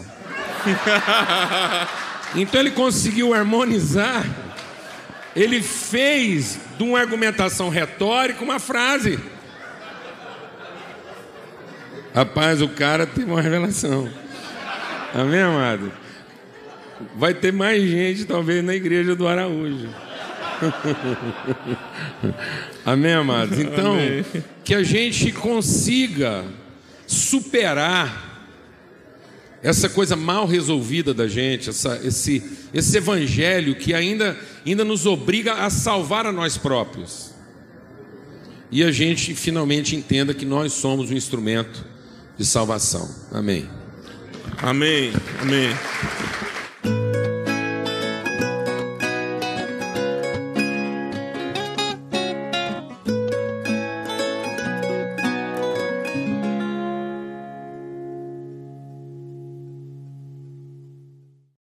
Então ele conseguiu harmonizar. Ele fez de uma argumentação retórica uma frase. Rapaz, o cara teve uma revelação. Amém, amado? Vai ter mais gente, talvez, na igreja do Araújo. Amém, amados? Então, amém. Que a gente consiga superar essa coisa mal resolvida da gente, essa, esse, esse evangelho que ainda, ainda nos obriga a salvar a nós próprios. E a gente finalmente entenda que nós somos um instrumento de salvação. Amém. Amém. Amém.